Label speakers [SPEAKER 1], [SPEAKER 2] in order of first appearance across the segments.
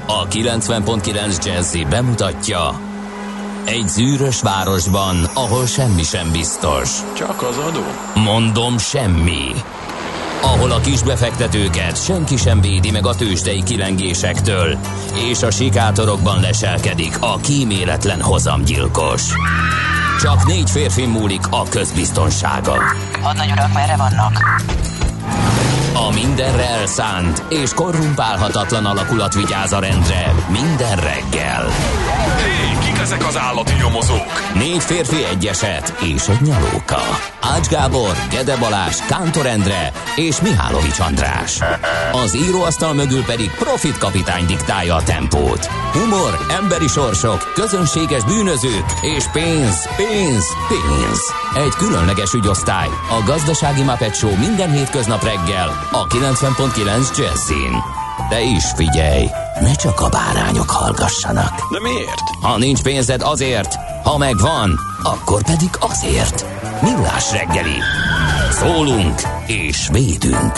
[SPEAKER 1] A 90.9 Jazzy bemutatja: egy zűrös városban, ahol semmi sem biztos.
[SPEAKER 2] Csak az adó?
[SPEAKER 1] Mondom, semmi. Ahol a kisbefektetőket senki sem védi meg a tőzsdei kilengésektől, és a sikátorokban leselkedik a kíméletlen hozamgyilkos. Csak 4 férfi múlik a közbiztonsága.
[SPEAKER 3] Hadnagy urak, merre vannak?
[SPEAKER 1] A mindenre elszánt és korrumpálhatatlan alakulat vigyáz a rendre minden reggel.
[SPEAKER 2] Hé, kik ezek az állati nyomozók?
[SPEAKER 1] 4 férfi, egy eset és egy nyalóka. Ács Gábor, Gede Balázs, Kántor Endre és Mihálovics András. Az íróasztal mögül pedig Profit kapitány diktálja a tempót. Humor, emberi sorsok, közönséges bűnözők és pénz, pénz, pénz. Egy különleges ügyosztály, a Gazdasági Muppet Show minden hétköznap reggel a 90.9 Jazzin. De is figyelj, ne csak a bárányok hallgassanak.
[SPEAKER 2] De miért?
[SPEAKER 1] Ha nincs pénzed, azért, ha megvan, akkor pedig azért. Millás reggeli. Szólunk és védünk.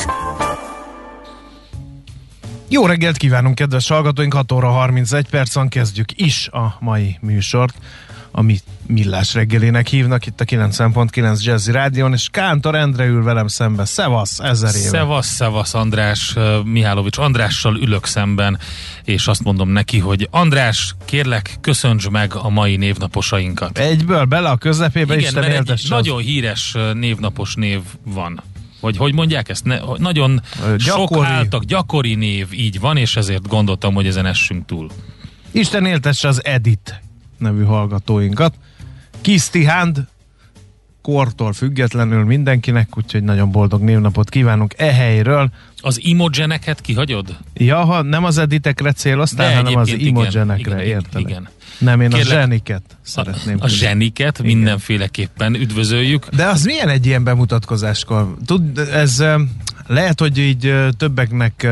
[SPEAKER 4] Jó reggelt kívánunk, kedves hallgatóink! 6 óra 31 percen kezdjük is a mai műsort, amit Millás reggelének hívnak itt a 90.9 Jazzy Rádión, és Kántor Endre ül velem szembe. Szevasz, 1000 éve.
[SPEAKER 5] Szevasz András, Mihálovics Andrással ülök szemben, és azt mondom neki, hogy András, kérlek, köszönts meg a mai névnaposainkat.
[SPEAKER 4] Egyből bele a közepébe.
[SPEAKER 5] Igen,
[SPEAKER 4] Isten
[SPEAKER 5] mert
[SPEAKER 4] éltesse.
[SPEAKER 5] egy nagyon híres névnapos név van. Hogy mondják ezt? Nagyon sok gyakori név, így van, és ezért gondoltam, hogy ezen essünk túl.
[SPEAKER 4] Isten éltesse az Edith nevű hallgatóinkat. Kisztihand, kortól függetlenül mindenkinek, úgyhogy nagyon boldog névnapot kívánunk e helyről.
[SPEAKER 5] Az Imogeneket kihagyod?
[SPEAKER 4] Ja, ha nem az Editekre céloztál, hanem az Imogenekre, értelek.
[SPEAKER 5] Igen.
[SPEAKER 4] Nem, én
[SPEAKER 5] Kérlek,
[SPEAKER 4] a zseniket szeretném.
[SPEAKER 5] A zseniket mindenféleképpen üdvözöljük.
[SPEAKER 4] De az milyen egy ilyen bemutatkozáskor? Tud, ez lehet, hogy így többeknek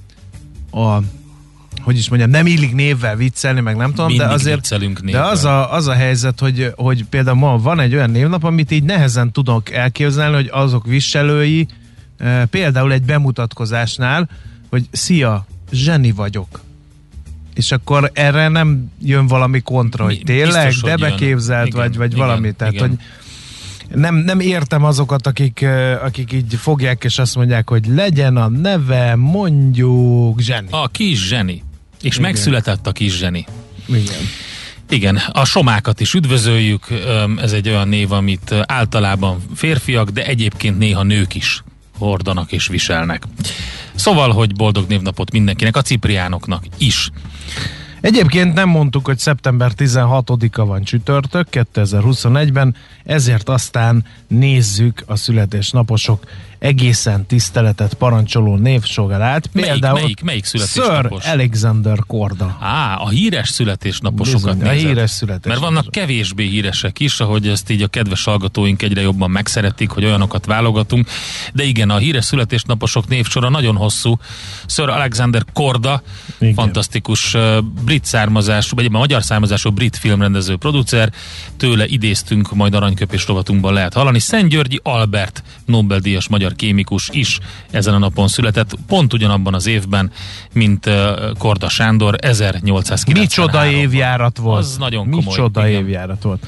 [SPEAKER 4] hogy is mondjam, nem illik névvel viccelni, meg nem tudom,
[SPEAKER 5] mindig
[SPEAKER 4] de azért
[SPEAKER 5] viccelünk névvel.
[SPEAKER 4] de az a helyzet, hogy például ma van egy olyan névnap, amit így nehezen tudok elképzelni, hogy azok viselői például egy bemutatkozásnál, hogy szia, zseni vagyok. És akkor erre nem jön valami kontra, hogy tényleg,
[SPEAKER 5] biztos,
[SPEAKER 4] de
[SPEAKER 5] hogy
[SPEAKER 4] beképzelt,
[SPEAKER 5] igen,
[SPEAKER 4] vagy valami.
[SPEAKER 5] igen,
[SPEAKER 4] Tehát,
[SPEAKER 5] igen.
[SPEAKER 4] hogy nem értem azokat, akik így fogják, és azt mondják, hogy legyen a neve mondjuk zseni.
[SPEAKER 5] A kis zseni. És
[SPEAKER 4] igen.
[SPEAKER 5] megszületett a kis zseni.
[SPEAKER 4] Igen.
[SPEAKER 5] Igen, a somákat is üdvözöljük, ez egy olyan név, amit általában férfiak, de egyébként néha nők is hordanak és viselnek. Szóval, hogy boldog névnapot mindenkinek, a cipriánoknak is.
[SPEAKER 4] Egyébként nem mondtuk, hogy szeptember 16-a van csütörtök 2021-ben, ezért aztán nézzük a születésnaposok egészen tiszteletet parancsoló névsorát. Például
[SPEAKER 5] melyik születésnapos?
[SPEAKER 4] Sir Alexander Korda.
[SPEAKER 5] A híres születésnaposokat
[SPEAKER 4] Bizony,
[SPEAKER 5] nézed.
[SPEAKER 4] a híres születésnaposok.
[SPEAKER 5] Mert vannak kevésbé híresek is, ahogy ezt így a kedves hallgatóink egyre jobban megszeretik, hogy olyanokat válogatunk. De igen, a híres születésnaposok névsora nagyon hosszú. Sir Alexander Korda, igen. Fantasztikus brit származású, vagy magyar származású brit filmrendező, producer. Tőle idéztünk, majd aranyköpés rovatunkban lehet hallani. Szentgyörgyi Albert, Nobel-díjas magyar kémikus is ezen a napon született, pont ugyanabban az évben, mint Korda Sándor, 1893-ban.
[SPEAKER 4] Micsoda évjárat volt.
[SPEAKER 5] Az nagyon komoly.
[SPEAKER 4] Micsoda évjárat volt.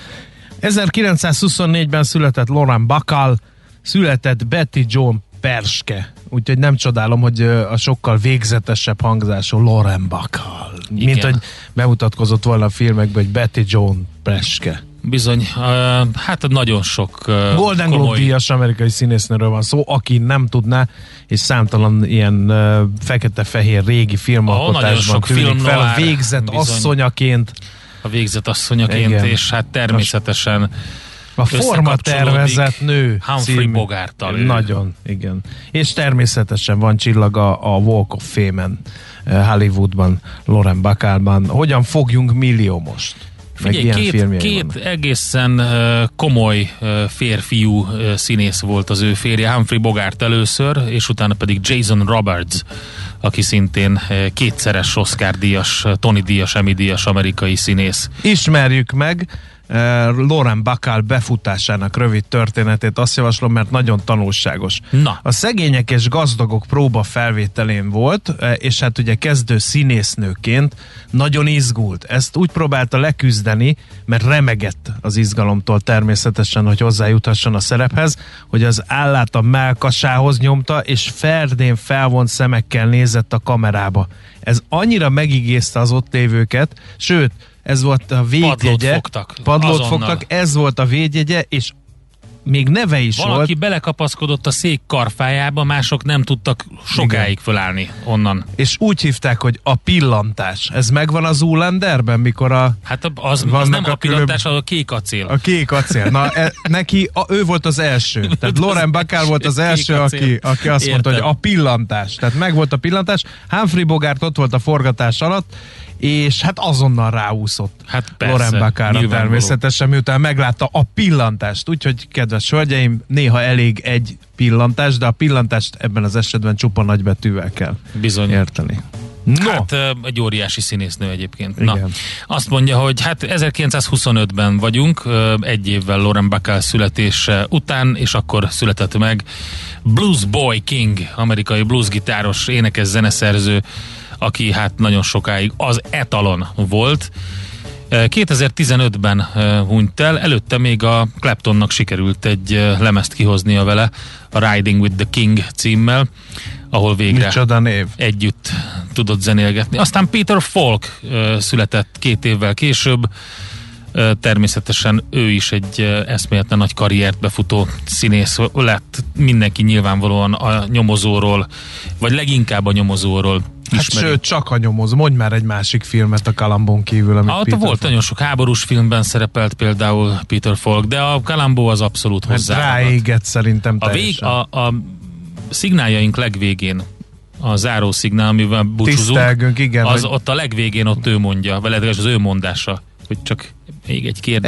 [SPEAKER 4] 1924-ben született Lauren Bacall, született Betty Joan Perske. Úgyhogy nem csodálom, hogy a sokkal végzetesebb hangzású Lauren Bacall. Mint hogy bemutatkozott volna a filmekben, hogy Betty Joan Perske.
[SPEAKER 5] Bizony, hát nagyon sok
[SPEAKER 4] Golden Globe díjas amerikai színésznőről van szó, aki nem tudná, és számtalan ilyen fekete-fehér régi filmalkotásban tűnik fel a végzett asszonyaként.
[SPEAKER 5] A végzett asszonyaként, igen. És hát természetesen
[SPEAKER 4] a forma tervezett nő
[SPEAKER 5] Humphrey Bogart-tal.
[SPEAKER 4] Nagyon, igen. És természetesen van csillaga a Walk of Fame-en Hollywoodban, Lauren Bacallban. Hogyan fogjunk milliómost?
[SPEAKER 5] Figyelj, két egészen komoly férfiú színész volt az ő férje, Humphrey Bogart először, és utána pedig Jason Robards, aki szintén kétszeres Oscar-díjas, Tony-díjas, Emmy-díjas amerikai színész.
[SPEAKER 4] Ismerjük meg, Lauren Bacall befutásának rövid történetét, azt javaslom, mert nagyon tanulságos.
[SPEAKER 5] Na.
[SPEAKER 4] A Szegények és gazdagok próba felvételén volt, és hát ugye kezdő színésznőként nagyon izgult. Ezt úgy próbálta leküzdeni, mert remegett az izgalomtól természetesen, hogy hozzájuthasson a szerephez, hogy az állát a mellkasához nyomta, és ferdén felvont szemekkel nézett a kamerába. Ez annyira megigézte az ott lévőket, sőt, ez volt a védjegye. Padlót fogtak, ez volt a védjegye, és még neve is
[SPEAKER 5] valaki
[SPEAKER 4] volt.
[SPEAKER 5] belekapaszkodott a szék karfájába, mások nem tudtak sokáig fölállni onnan.
[SPEAKER 4] És úgy hívták, hogy a pillantás. Ez megvan az Zoolanderben, mikor a...
[SPEAKER 5] Hát az nem a pillantás, az a kék acél.
[SPEAKER 4] A kék acél. Na, ő volt az első. Tehát Lauren Bacall volt az első, aki azt mondta, hogy a pillantás. Tehát megvolt a pillantás. Humphrey Bogart ott volt a forgatás alatt, és hát azonnal ráúszott Lauren Bacallra természetesen, miután meglátta a pillantást. Úgyhogy, kedves hölgyeim, néha elég egy pillantás, de a pillantást ebben az esetben csupa nagybetűvel kell érteni.
[SPEAKER 5] No. Hát egy óriási színésznő egyébként. Na, azt mondja, hogy hát 1925-ben vagyunk, egy évvel Lauren Bacall születése után, és akkor született meg Blues Boy King, amerikai bluesgitáros, énekes, zeneszerző, aki hát nagyon sokáig az etalon volt. 2015-ben hunyt el, előtte még a Claptonnak sikerült egy lemezt kihoznia vele, a Riding with the King címmel, ahol végre együtt tudott zenélgetni. Aztán Peter Falk született 2 évvel később, természetesen ő is egy eszméletlen nagy karriert befutó színész lett. Mindenki nyilvánvalóan a nyomozóról, vagy leginkább a nyomozóról ismeri.
[SPEAKER 4] Sőt, csak a nyomozó. Mondj már egy másik filmet a Columbo-n kívül.
[SPEAKER 5] Volt nagyon sok háborús filmben szerepelt például Peter Falk, de a Columbo az abszolút hozzáadott.
[SPEAKER 4] Ráégett szerintem teljesen.
[SPEAKER 5] A szignáljaink legvégén, a záró szignál, amivel búcsúzunk,
[SPEAKER 4] igen,
[SPEAKER 5] az ott a legvégén ott ő mondja, vagy az ő mondása, hogy csak még egy kérdés.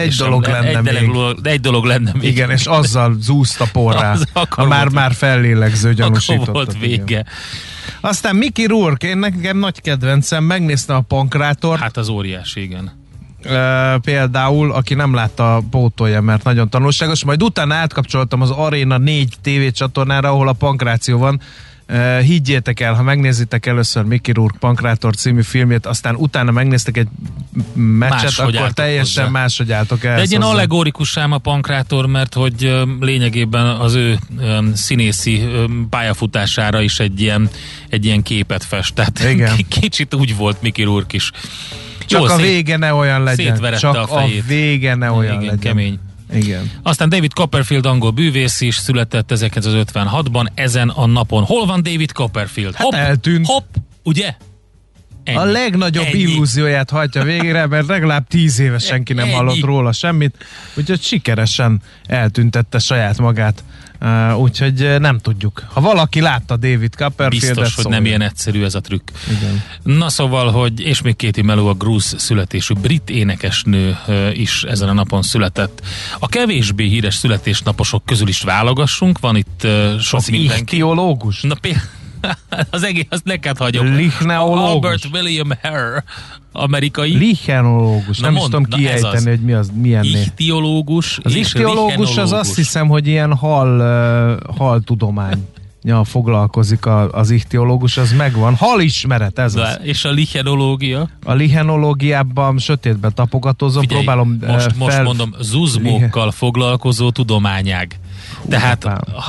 [SPEAKER 5] Egy dolog lenne még.
[SPEAKER 4] Igen, és azzal zúzta porrá. A már fellélegző gyanúsítottat.
[SPEAKER 5] Akkor volt vége. Igen.
[SPEAKER 4] Aztán Mickey Rourke, nekem nagy kedvencem, megnézte a Pankrátort.
[SPEAKER 5] Hát az óriás, igen.
[SPEAKER 4] Például, aki nem látta, pótolja, mert nagyon tanulságos. Majd utána átkapcsoltam az Arena 4 tévécsatornára, ahol a Pankráció van. Higgyétek el, ha megnézitek először Mickey Rourke Pankrátor című filmjét, aztán utána megnéztek egy meccset, akkor teljesen máshogy álltok el.
[SPEAKER 5] De egy ilyen allegorikus ám a Pankrátor, mert hogy lényegében az ő színészi pályafutására is egy ilyen képet fest. Tehát kicsit úgy volt Mickey Rourke is.
[SPEAKER 4] Csak a vége ne olyan legyen. Csak
[SPEAKER 5] a
[SPEAKER 4] vége ne olyan legyen.
[SPEAKER 5] Kemény.
[SPEAKER 4] Igen.
[SPEAKER 5] Aztán David Copperfield angol bűvész is született 1956-ban ezen a napon. Hol van David Copperfield?
[SPEAKER 4] Hát eltűnt.
[SPEAKER 5] Hopp, ugye? Ennyi.
[SPEAKER 4] A legnagyobb illúzióját hajtja végre, mert legalább 10 éve senki nem hallott róla semmit, úgyhogy sikeresen eltüntette saját magát. Úgyhogy nem tudjuk. Ha valaki látta David Copperfieldet,
[SPEAKER 5] biztos, hogy nem ilyen egyszerű ez a trükk.
[SPEAKER 4] Igen.
[SPEAKER 5] Na szóval, hogy és még Katie Melua, grúz születésű brit énekesnő is ezen a napon született. A kevésbé híres születésnaposok közül is válogassunk, van itt sok
[SPEAKER 4] az mindenki. Ichtiológus?
[SPEAKER 5] Na az egész, azt neked hagyom.
[SPEAKER 4] Lichneológus.
[SPEAKER 5] Albert William Hare, amerikai.
[SPEAKER 4] Lichneológus. Nem is tudom kiejteni, hogy milyen név.
[SPEAKER 5] Ichtiológus.
[SPEAKER 4] Az ichtiológus az azt hiszem, hogy ilyen hal tudomány. Foglalkozik az ichtiológus, az megvan. Halismeret, ez az.
[SPEAKER 5] És a lichenológia?
[SPEAKER 4] A lichenológiában sötétben tapogatózom,
[SPEAKER 5] figyelj,
[SPEAKER 4] próbálom
[SPEAKER 5] most mondom, zuzmókkal foglalkozó tudományág. Tehát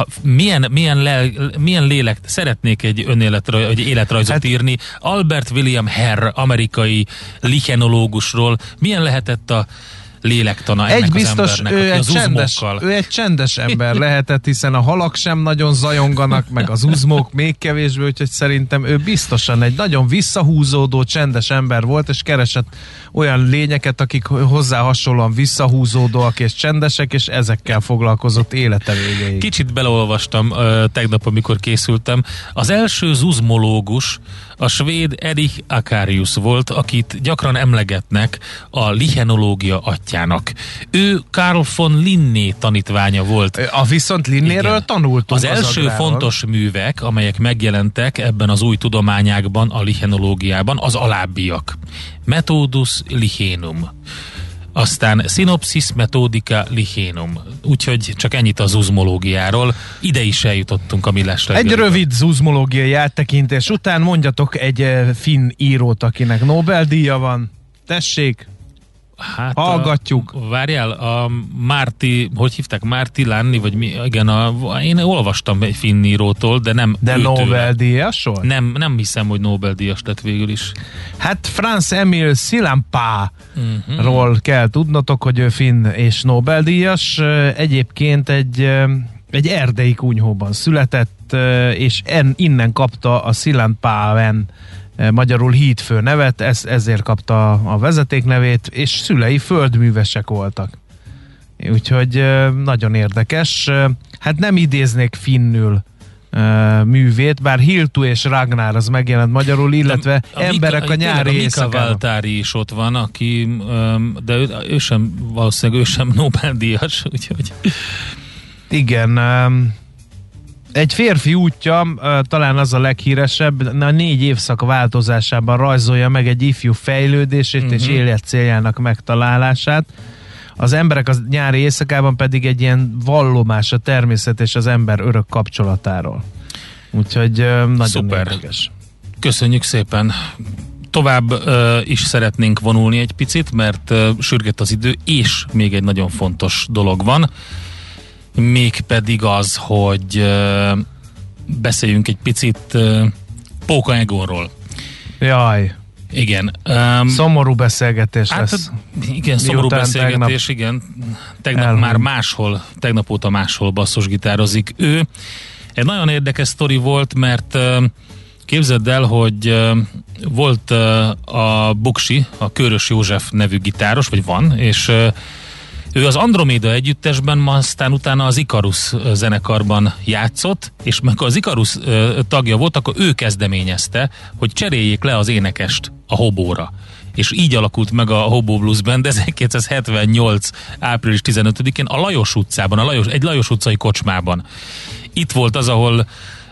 [SPEAKER 5] milyen lélek, szeretnék egy életrajzot írni. Albert William Hare, amerikai lichenológusról. Milyen lehetett a lélektana ennek
[SPEAKER 4] biztos,
[SPEAKER 5] az embernek,
[SPEAKER 4] ő egy csendes ember lehetett, hiszen a halak sem nagyon zajonganak, meg az uzmók még kevésbé, úgyhogy szerintem ő biztosan egy nagyon visszahúzódó, csendes ember volt, és keresett olyan lényeket, akik hozzá hasonlóan visszahúzódóak és csendesek, és ezekkel foglalkozott élete végéig.
[SPEAKER 5] Kicsit beleolvastam tegnap, amikor készültem. Az első zuzmológus a svéd Erich Akarius volt, akit gyakran emlegetnek a lichenológia atyának. Ő Carl von Linné tanítványa volt.
[SPEAKER 4] Viszont Linnéről tanultunk.
[SPEAKER 5] Az első fontos művek, amelyek megjelentek ebben az új tudományágban, a lichenológiában, az alábbiak. Methodus Lichenum. aztán Synopsis Methodica Lichenum. Úgyhogy csak ennyit az uzmológiáról. Ide is eljutottunk a Millás reggeliben.
[SPEAKER 4] Egy rövid uzmológiai áttekintés után mondjatok egy finn írót, akinek Nobel-díja van. Tessék, hallgatjuk.
[SPEAKER 5] Várjál, a Márti, hogy hívták? Márti Lanni, vagy mi? Igen, én olvastam egy finn írótól, de nem
[SPEAKER 4] de Nobel-díjas volt?
[SPEAKER 5] Nem hiszem, hogy Nobel-díjas lett végül is.
[SPEAKER 4] Hát Franz Emil Sillanpää-ról kell tudnotok, hogy ő finn és Nobel-díjas. Egyébként egy erdélyi kunyhóban született, és innen kapta a Sillanpääen, magyarul hídfő nevet, ezért kapta a vezetéknevét, és szülei földművesek voltak. Úgyhogy nagyon érdekes. Hát nem idéznék finnül művét, bár Hiltu és Ragnar az megjelent magyarul, illetve Emberek a nyári éjszakában.
[SPEAKER 5] Mika Valtári is ott van, aki, de ő sem, valószínűleg ő sem Nobel-díjas, úgyhogy...
[SPEAKER 4] Igen, egy férfi útja, talán az a leghíresebb, a 4 évszak változásában rajzolja meg egy ifjú fejlődését és élet céljának megtalálását. Az Emberek a nyári éjszakában pedig egy ilyen vallomás a természet és az ember örök kapcsolatáról. Úgyhogy nagyon érdekes.
[SPEAKER 5] Köszönjük szépen! Tovább is szeretnénk vonulni egy picit, mert sürget az idő, és még egy nagyon fontos dolog van. Mégpedig az, hogy beszéljünk egy picit Póka Egonról.
[SPEAKER 4] Jaj.
[SPEAKER 5] Igen.
[SPEAKER 4] Szomorú beszélgetés
[SPEAKER 5] hát,
[SPEAKER 4] lesz.
[SPEAKER 5] Igen, szomorú beszélgetés, igen. Tegnap óta máshol basszusgitározik ő. Egy nagyon érdekes sztori volt, mert képzeld el, hogy volt a Buksi, a Körös József nevű gitáros, vagy van, és ő az Androméda együttesben, aztán utána az Ikarus zenekarban játszott, és meg az Ikarus tagja volt, akkor ő kezdeményezte, hogy cseréljék le az énekest a hobóra. És így alakult meg a Hobo Blues Band 1978. április 15-én a Lajos utcában, egy Lajos utcai kocsmában. Itt volt az, ahol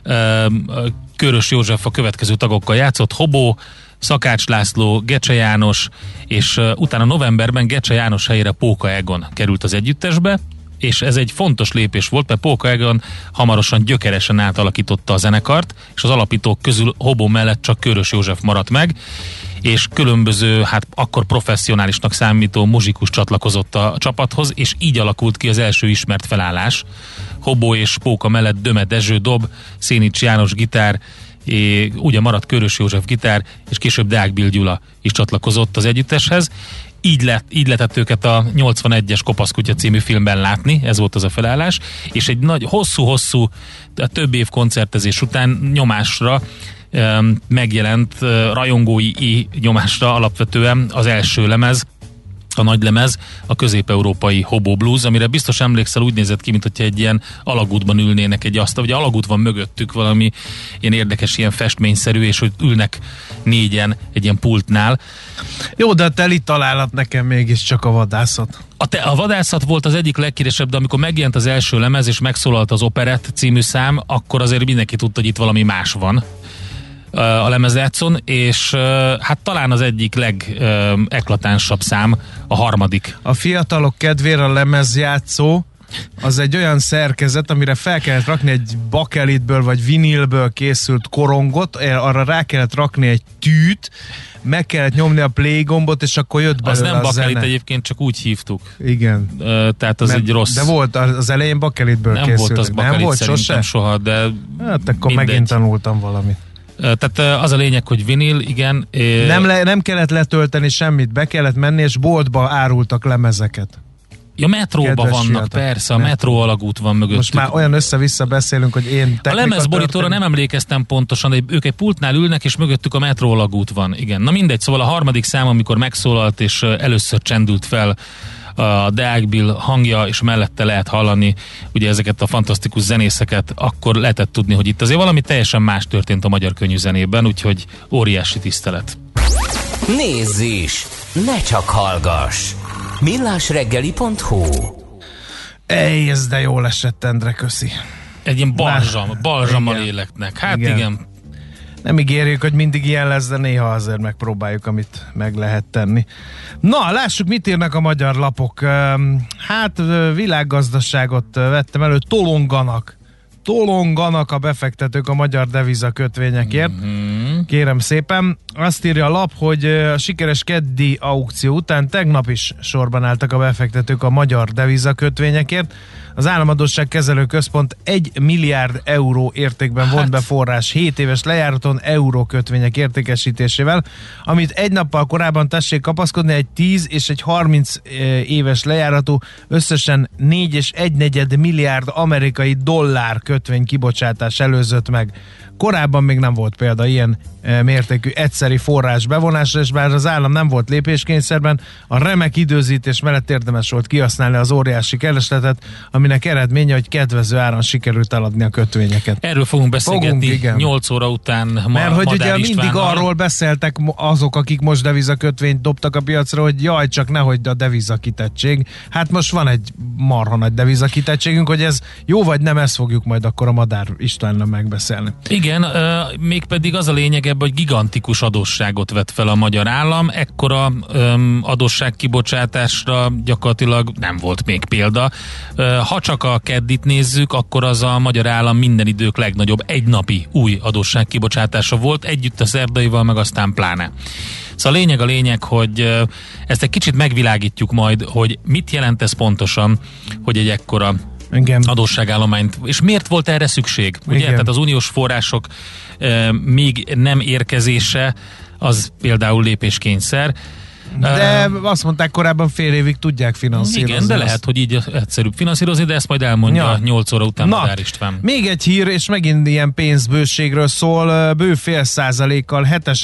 [SPEAKER 5] Körös József a következő tagokkal játszott: Hobó, Szakács László, Gecse János, és utána novemberben Gecse János helyére Póka Egon került az együttesbe, és ez egy fontos lépés volt, mert Póka Egon hamarosan gyökeresen átalakította a zenekart, és az alapítók közül Hobó mellett csak Körös József maradt meg, és különböző, hát akkor professzionálisnak számító muzsikus csatlakozott a csapathoz, és így alakult ki az első ismert felállás. Hobó és Póka mellett Döme Dezső dob, Szénics János gitár, ugye maradt Körös József gitár, és később Deák Bill Gyula is csatlakozott az együtteshez. Így lehetett őket a 81-es Kopaszkutya című filmben látni, ez volt az a felállás, és egy nagy, hosszú, több év koncertezés után nyomásra megjelent, rajongói nyomásra alapvetően az első lemez, a nagy lemez, a közép-európai Hobo Blues, amire biztos emlékszel, úgy nézett ki, mint hogyha egy ilyen alagútban ülnének egy asztal, ugye alagút van mögöttük, valami ilyen érdekes, ilyen festményszerű, és hogy ülnek 4-en egy ilyen pultnál.
[SPEAKER 4] Jó, de a teli találat nekem mégiscsak a Vadászat.
[SPEAKER 5] A Vadászat volt az egyik legkíresebb, de amikor megjelent az első lemez, és megszólalt az Operett című szám, akkor azért mindenki tudta, hogy itt valami más van a lemezjátszón, és hát talán az egyik legeklatánsabb szám a harmadik.
[SPEAKER 4] A fiatalok kedvére a lemezjátszó az egy olyan szerkezet, amire fel kellett rakni egy bakelitből vagy vinilből készült korongot, arra rá kellett rakni egy tűt, meg kellett nyomni a play gombot, és akkor jött belőle
[SPEAKER 5] az nem
[SPEAKER 4] a
[SPEAKER 5] bakelit
[SPEAKER 4] zene.
[SPEAKER 5] Egyébként, csak úgy hívtuk.
[SPEAKER 4] Igen.
[SPEAKER 5] Tehát az egy rossz...
[SPEAKER 4] De volt, az elején bakelitből
[SPEAKER 5] nem
[SPEAKER 4] készült.
[SPEAKER 5] Volt az bakelit,
[SPEAKER 4] nem volt
[SPEAKER 5] szerintem soha, de
[SPEAKER 4] hát akkor
[SPEAKER 5] mindegy.
[SPEAKER 4] Megint tanultam valamit.
[SPEAKER 5] Tehát az a lényeg, hogy vinil, igen.
[SPEAKER 4] Nem kellett letölteni semmit, be kellett menni, és boltba árultak lemezeket.
[SPEAKER 5] Ja, metróban vannak,
[SPEAKER 4] fiatal.
[SPEAKER 5] persze, a metró alagút van mögöttük.
[SPEAKER 4] Most már olyan össze-vissza beszélünk, hogy én
[SPEAKER 5] a lemezborítóra nem emlékeztem pontosan, de ők egy pultnál ülnek, és mögöttük a metró alagút van. Igen, na mindegy, szóval a harmadik szám, amikor megszólalt, és először csendült fel a Deák Bill hangja, és mellette lehet hallani ugye ezeket a fantasztikus zenészeket, akkor lehetett tudni, hogy itt azért valami teljesen más történt a magyar könnyűzenében, úgyhogy óriási tisztelet.
[SPEAKER 1] Nézz is! Ne csak hallgass! millásreggeli.hu
[SPEAKER 4] Ez de jól esett, Endre, köszi.
[SPEAKER 5] Egy ilyen balzsam a léleknek. Hát igen.
[SPEAKER 4] Nem ígérjük, hogy mindig ilyen lesz, de néha azért megpróbáljuk, amit meg lehet tenni. Na, lássuk, mit írnak a magyar lapok. Hát világgazdaságot vettem elő, tolonganak a befektetők a magyar devizakötvényekért. Kérem szépen. Azt írja a lap, hogy a sikeres keddi aukció után tegnap is sorban álltak a befektetők a magyar devizakötvényekért. Az Államadósság Kezelő Központ 1 milliárd euró értékben vont be forrás 7 éves lejáraton eurókötvények értékesítésével, amit egy nappal korábban tessék kapaszkodni, egy 10 és egy 30 éves lejáratú összesen 4,1 milliárd amerikai dollár kötvény kibocsátás előzött meg. Korábban még nem volt példa ilyen mértékű egyszeri forrás bevonásra, és bár az állam nem volt lépéskényszerben, a remek időzítés mellett érdemes volt kihasználni az óriási keresletet, aminek eredménye, hogy kedvező áron sikerült eladni a kötvényeket.
[SPEAKER 5] Erről fogunk beszélgetni 8 óra után.
[SPEAKER 4] Mert hogy
[SPEAKER 5] Madár
[SPEAKER 4] ugye mindig arról beszéltek azok, akik most devizakötvényt dobtak a piacra, hogy jaj, csak nehogy a devizakitettség. Hát most van egy marha nagy devizakitettségünk, hogy ez jó vagy nem, ezt fogjuk majd akkor a Madár Istvánnal megbeszélni.
[SPEAKER 5] Igen, mégpedig az a lényeg ebben, hogy gigantikus adósságot vett fel a magyar állam, ekkora adósságkibocsátásra gyakorlatilag nem volt még példa. Ha csak a keddit nézzük, akkor az a magyar állam minden idők legnagyobb egynapi új adósságkibocsátása volt, együtt a szerdaival, meg aztán pláne. Szóval a lényeg, hogy ezt egy kicsit megvilágítjuk majd, hogy mit jelent ez pontosan, hogy egy ekkora adósságállományt, és miért volt erre szükség? Ugye? Tehát az uniós források még nem érkezése, az például lépéskényszer.
[SPEAKER 4] De azt mondták korábban, fél évig tudják finanszírozni.
[SPEAKER 5] Igen, de lehet, hogy így egyszerűbb finanszírozni, de ezt majd elmondja 8 óra után Madár István.
[SPEAKER 4] Még egy hír, és megint ilyen pénzbőségről szól, bő fél százalékkal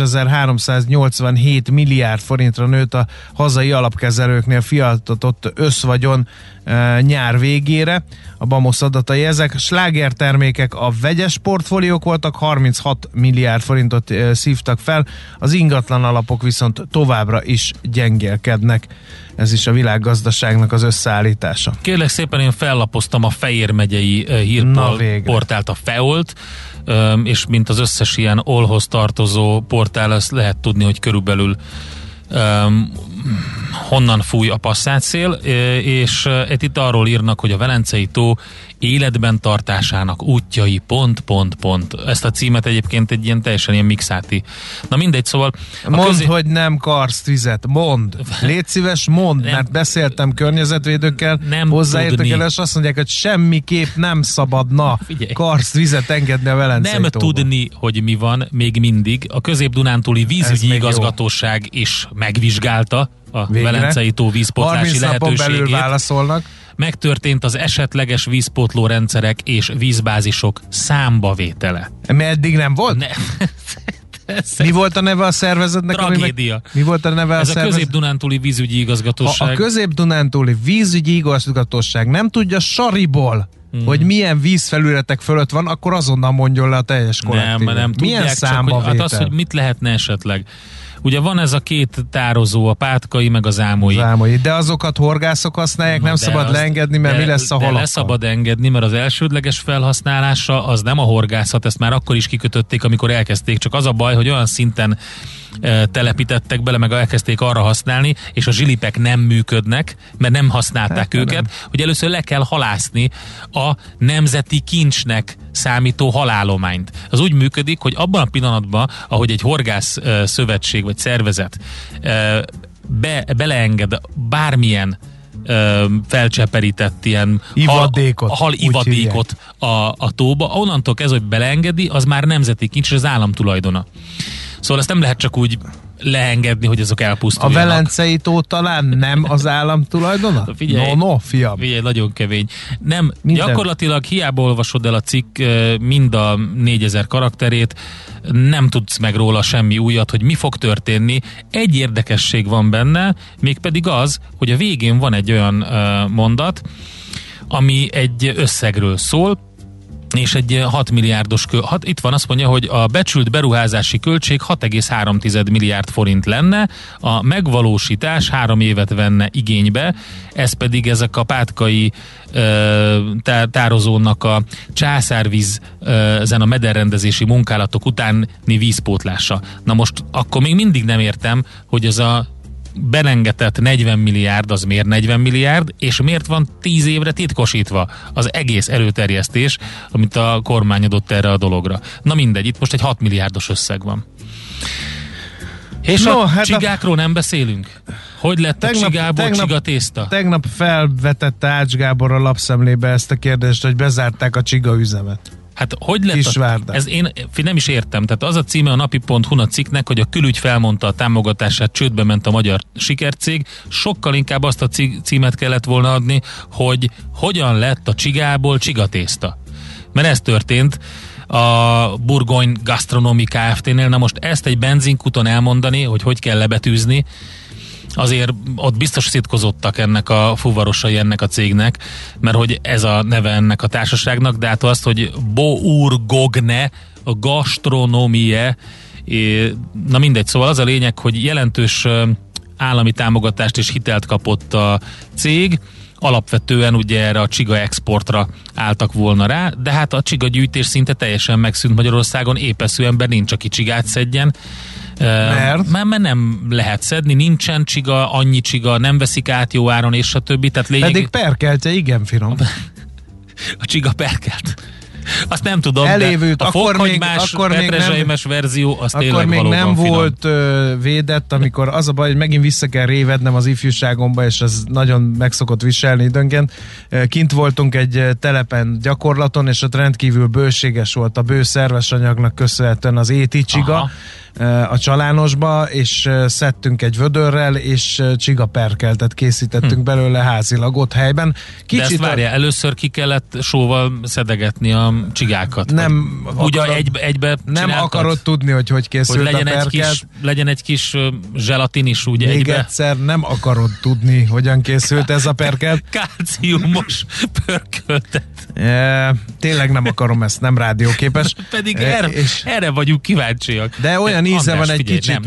[SPEAKER 4] 7387 milliárd forintra nőtt a hazai alapkezelőknél fiatatott összvagyon nyár végére. A BAMOSZ adatai ezek. Slágertermékek, a vegyes portfóliók voltak, 36 milliárd forintot szívtak fel, az ingatlan alapok viszont továbbra is gyengélkednek. Ez is a világgazdaságnak az összeállítása.
[SPEAKER 5] Kérlek szépen, én fellapoztam a Fejér megyei hírportált, a FEOL-t, és mint az összes ilyen olhoz tartozó portál, azt lehet tudni, hogy körülbelül honnan fúj a passzátszél, és itt arról írnak, hogy a Velencei tó életben tartásának útjai ... Ezt a címet egyébként egy ilyen teljesen ilyen mixáti. Na mindegy, szóval...
[SPEAKER 4] Mondd, hogy nem karstvizet, mondd. Légy szíves, mondd, mert beszéltem környezetvédőkkel, hozzáértek el, és azt mondják, hogy semmiképp nem szabadna karstvizet engedni a Velencei
[SPEAKER 5] nem
[SPEAKER 4] tóba.
[SPEAKER 5] Tudni, hogy mi van még mindig. A Közép-Dunántúli vízügyi igazgatóság is megvizsgálta a Velencei tó vízpótlási lehetőségét.
[SPEAKER 4] 30 napon belül válaszolnak.
[SPEAKER 5] Megtörtént az esetleges vízpótló rendszerek és vízbázisok számbavétele.
[SPEAKER 4] Eddig nem volt? Mi volt a neve a szervezetnek?
[SPEAKER 5] Tragédia.
[SPEAKER 4] Mi volt a neve
[SPEAKER 5] Ez a Közép-Dunántúli vízügyi igazgatóság.
[SPEAKER 4] Ha a Közép-Dunántúli vízügyi igazgatóság nem tudja sariból, hogy milyen vízfelületek fölött van, akkor azonnal mondjon le a teljes kollektívum.
[SPEAKER 5] Nem
[SPEAKER 4] milyen
[SPEAKER 5] tudják, csak hogy, az, hogy mit lehetne esetleg. Ugye van ez a két tározó, a Pátkai meg az Ámolyi.
[SPEAKER 4] De azokat horgászok használják, nem szabad leengedni, mert mi lesz a halakkal?
[SPEAKER 5] De leszabad engedni, mert az elsődleges felhasználása az nem a horgászat, ezt már akkor is kikötötték, amikor elkezdték, csak az a baj, hogy olyan szinten telepítettek bele, meg elkezdték arra használni, és a zsilipek nem működnek, mert nem használták őket, hogy először le kell halászni a nemzeti kincsnek számító halállományt. Az úgy működik, hogy abban a pillanatban, ahogy egy horgász szövetség vagy szervezet beleenged bármilyen felcseperített ilyen halivadékot a tóba, onnantól kezdve, hogy beleengedi, az már nemzeti kincs, az állam tulajdona. Szóval ezt nem lehet csak úgy leengedni, hogy azok elpusztuljanak.
[SPEAKER 4] A Velencei tó talán nem az állam tulajdona?
[SPEAKER 5] Figyelj,
[SPEAKER 4] fiam.
[SPEAKER 5] Figyelj, nagyon kevény. Nem, gyakorlatilag hiába olvasod el a cikk mind a 4000 karakterét, nem tudsz meg róla semmi újat, hogy mi fog történni. Egy érdekesség van benne, mégpedig az, hogy a végén van egy olyan mondat, ami egy összegről szól, és egy 6 milliárdos itt van, azt mondja, hogy a becsült beruházási költség 6,3 milliárd forint lenne, a megvalósítás 3 évet venne igénybe, ez pedig ezek a pátkai tározónak a császárvízen a mederrendezési munkálatok utáni vízpótlása. Na most akkor még mindig nem értem, hogy ez a belengetett 40 milliárd az miért 40 milliárd, és miért van 10 évre titkosítva az egész előterjesztés, amit a kormány adott erre a dologra. Na mindegy, itt most egy 6 milliárdos összeg van. És csigákról nem beszélünk? Hogy lett a csigából csigatészta?
[SPEAKER 4] Tegnap felvetette Ács Gábor a lapszemlébe ezt a kérdést, hogy bezárták a csigaüzemet.
[SPEAKER 5] Hát hogy lett ez én nem is értem. Tehát az a címe a napi.hu cikknek, hogy a külügy felmondta a támogatását, csődbe ment a magyar sikercég. Sokkal inkább azt a címet kellett volna adni, hogy hogyan lett a csigából csigatészta. Mert ez történt a Burgogne Gastronomy Kft-nél. Na most ezt egy benzinkuton elmondani, hogy kell lebetűzni, azért ott biztos szitkozottak ennek a fuvarosai ennek a cégnek, mert hogy ez a neve ennek a társaságnak, de hát azt, hogy Bourgogne Gastronomie, na mindegy, szóval az a lényeg, hogy jelentős állami támogatást és hitelt kapott a cég, alapvetően ugye erre a csiga exportra álltak volna rá, de hát a csiga gyűjtés szinte teljesen megszűnt Magyarországon, épeszű ember nincs, aki csigát szedjen. Mert nem lehet szedni, nincsen csiga, annyi csiga, nem veszik át jó áron, és a többi. Tehát
[SPEAKER 4] pedig perkelte, igen finom.
[SPEAKER 5] A csiga perkelt. Azt nem tudom,
[SPEAKER 4] elévült,
[SPEAKER 5] de a fokhagymás, petrezselymes verzió, az tényleg valóban
[SPEAKER 4] még nem
[SPEAKER 5] finom.
[SPEAKER 4] volt védett, amikor az a baj, hogy megint vissza kell révednem az ifjúságomba, és ez nagyon meg szokott viselni időnként. Kint voltunk egy telepen gyakorlaton, és ott rendkívül bőséges volt a bő szerves anyagnak köszönhetően az éti csiga a csalánosba, és szedtünk egy vödörrel, és csigaperkeltet készítettünk belőle házilag ott helyben.
[SPEAKER 5] Kicsit de ezt várjál, először ki kellett sóval szedegetni a csigákat?
[SPEAKER 4] Nem
[SPEAKER 5] egybe
[SPEAKER 4] nem akarod tudni, hogy készült
[SPEAKER 5] hogy
[SPEAKER 4] a perkelt.
[SPEAKER 5] Legyen egy kis zselatin is úgy
[SPEAKER 4] még
[SPEAKER 5] egybe.
[SPEAKER 4] Egyszer nem akarod tudni, hogyan készült ez a perkelt.
[SPEAKER 5] Kálciumos pörköltet.
[SPEAKER 4] Tényleg nem akarom ezt, nem rádióképes.
[SPEAKER 5] Pedig erre vagyunk kíváncsiak.
[SPEAKER 4] De olyan íze van egy kicsit,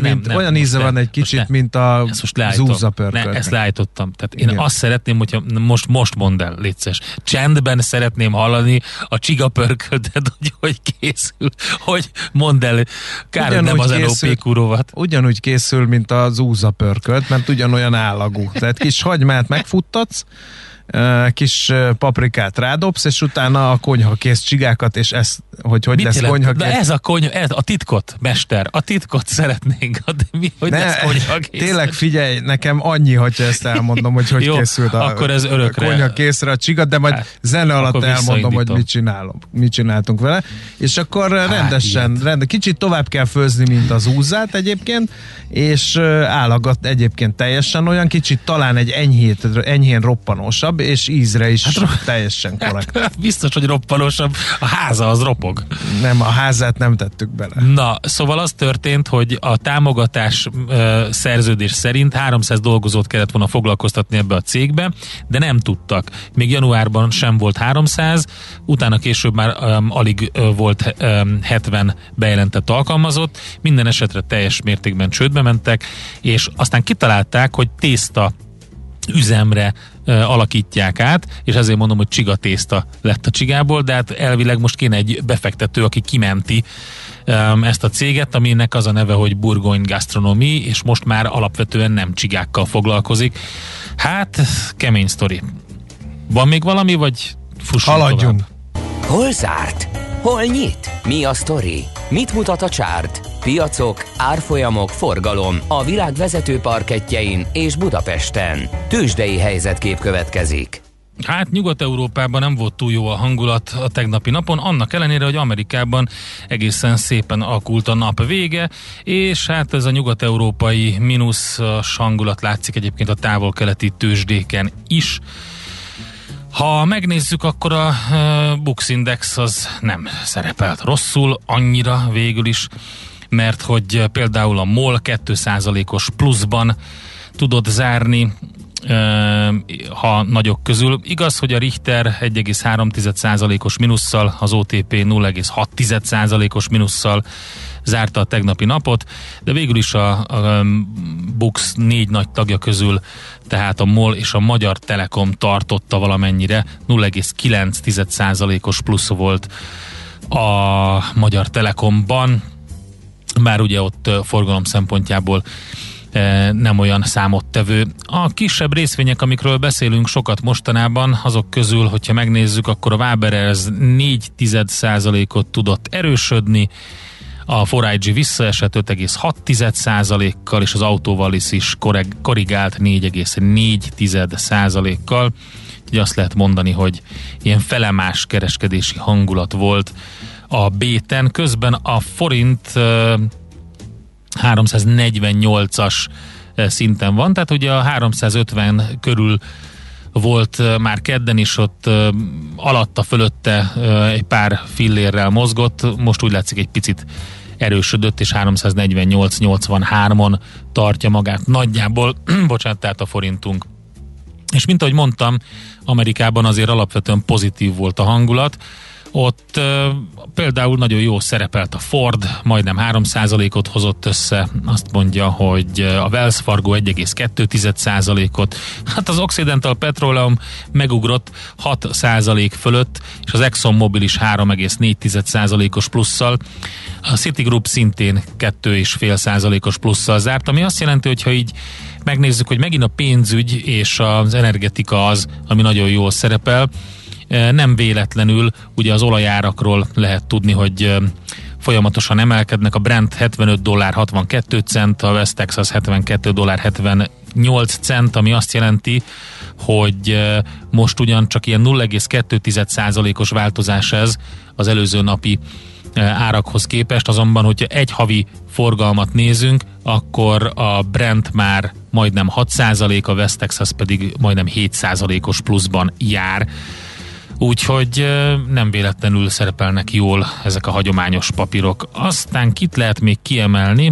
[SPEAKER 4] mint a zúza pörkölt.
[SPEAKER 5] Ezt leállítottam. Tehát én azt szeretném, hogyha most mondd el, létszes. Csendben szeretném hallani a csiga pörköltet, hogy készül. Hogy mondd el, kár, nem az LOP kurovat.
[SPEAKER 4] Ugyanúgy készül, mint a zúza pörkölt, mert ugyanolyan állagú. Tehát kis hagymát megfuttatsz, kis paprikát rádobsz, és utána a konyhakész csigákat, és ez, hogy lesz konyhakész.
[SPEAKER 5] De ez a titkot, mester, a titkot szeretnénk, de hogy lesz konyhakész.
[SPEAKER 4] Tényleg figyelj, nekem annyi, hogyha ezt elmondom, hogy
[SPEAKER 5] jó,
[SPEAKER 4] készült a konyhakészre a csiga, de majd zene alatt elmondom, hogy mit csináltunk vele. És akkor rendesen, kicsit tovább kell főzni, mint az úzzát egyébként, és állagat egyébként teljesen olyan, kicsit talán egy enyhén roppanosabb, és ízre is teljesen korrekt.
[SPEAKER 5] Biztos, hogy roppanosabb. A háza az ropog.
[SPEAKER 4] Nem, a házát nem tettük bele.
[SPEAKER 5] Na, szóval az történt, hogy a támogatás szerződés szerint 300 dolgozót kellett volna foglalkoztatni ebbe a cégbe, de nem tudtak. Még januárban sem volt 300, utána később már alig volt 70 bejelentett alkalmazott, minden esetre teljes mértékben csődbe mentek, és aztán kitalálták, hogy tészta üzemre alakítják át, és ezért mondom, hogy csigatészta lett a csigából, de hát elvileg most kéne egy befektető, aki kimenti ezt a céget, aminek az a neve, hogy Burgogne Gastronomy, és most már alapvetően nem csigákkal foglalkozik. Hát, kemény sztori. Van még valami, vagy fussunk
[SPEAKER 4] haladjunk
[SPEAKER 5] tovább?
[SPEAKER 1] Hol zárt? Hol nyit? Mi a sztori? Mit mutat a csárt? Piacok, árfolyamok, forgalom a világ vezető parkettjein és Budapesten. Tőzsdei helyzetkép következik.
[SPEAKER 5] Hát Nyugat-Európában nem volt túl jó a hangulat a tegnapi napon, annak ellenére, hogy Amerikában egészen szépen alakult a nap vége, és hát ez a nyugat-európai mínuszos hangulat látszik egyébként a távol-keleti tőzsdéken is. Ha megnézzük, akkor a Bux Index az nem szerepelt rosszul annyira végül is, mert hogy például a MOL 2%-os pluszban tudott zárni, ha nagyok közül. Igaz, hogy a Richter 1,3%-os minusszal, az OTP 0,6%-os minusszal zárta a tegnapi napot, de végül is a BUX 4 nagy tagja közül, tehát a MOL és a Magyar Telekom tartotta valamennyire, 0,9%-os plusz volt a Magyar Telekomban, bár ugye ott forgalom szempontjából nem olyan számottevő. A kisebb részvények, amikről beszélünk sokat mostanában, azok közül, hogyha megnézzük, akkor a Waberers 0,4%-ot tudott erősödni, a 4IG visszaesett 5,6%-kal, és az Autovalis is korrigált 4,4%-kal. Ugye azt lehet mondani, hogy ilyen felemás kereskedési hangulat volt a B-ten. Közben a forint 348-as szinten van, tehát ugye a 350 körül volt már kedden is, ott alatta fölötte egy pár fillérrel mozgott, most úgy látszik egy picit erősödött, és 348-83-on tartja magát nagyjából, bocsánat, tehát a forintunk. És mint ahogy mondtam, Amerikában azért alapvetően pozitív volt a hangulat. Ott például nagyon jó szerepelt a Ford, majdnem 3%-ot hozott össze, azt mondja, hogy a Wells Fargo 1,2%-ot, hát az Occidental Petroleum megugrott 6% fölött, és az ExxonMobil is 3,4%-os plusszal, a Citigroup szintén 2,5%-os plusszal zárt, ami azt jelenti, hogy ha így megnézzük, hogy megint a pénzügy és az energetika az, ami nagyon jól szerepel, nem véletlenül, ugye az olajárakról lehet tudni, hogy folyamatosan emelkednek, a Brent $75.62, a West Texas $72.78, ami azt jelenti, hogy most ugyancsak ilyen 0,2%-os változás ez az előző napi árakhoz képest, azonban, hogyha egy havi forgalmat nézünk, akkor a Brent már majdnem 6%, a West Texas pedig majdnem 7%-os pluszban jár. Úgyhogy nem véletlenül szerepelnek jól ezek a hagyományos papírok. Aztán kit lehet még kiemelni?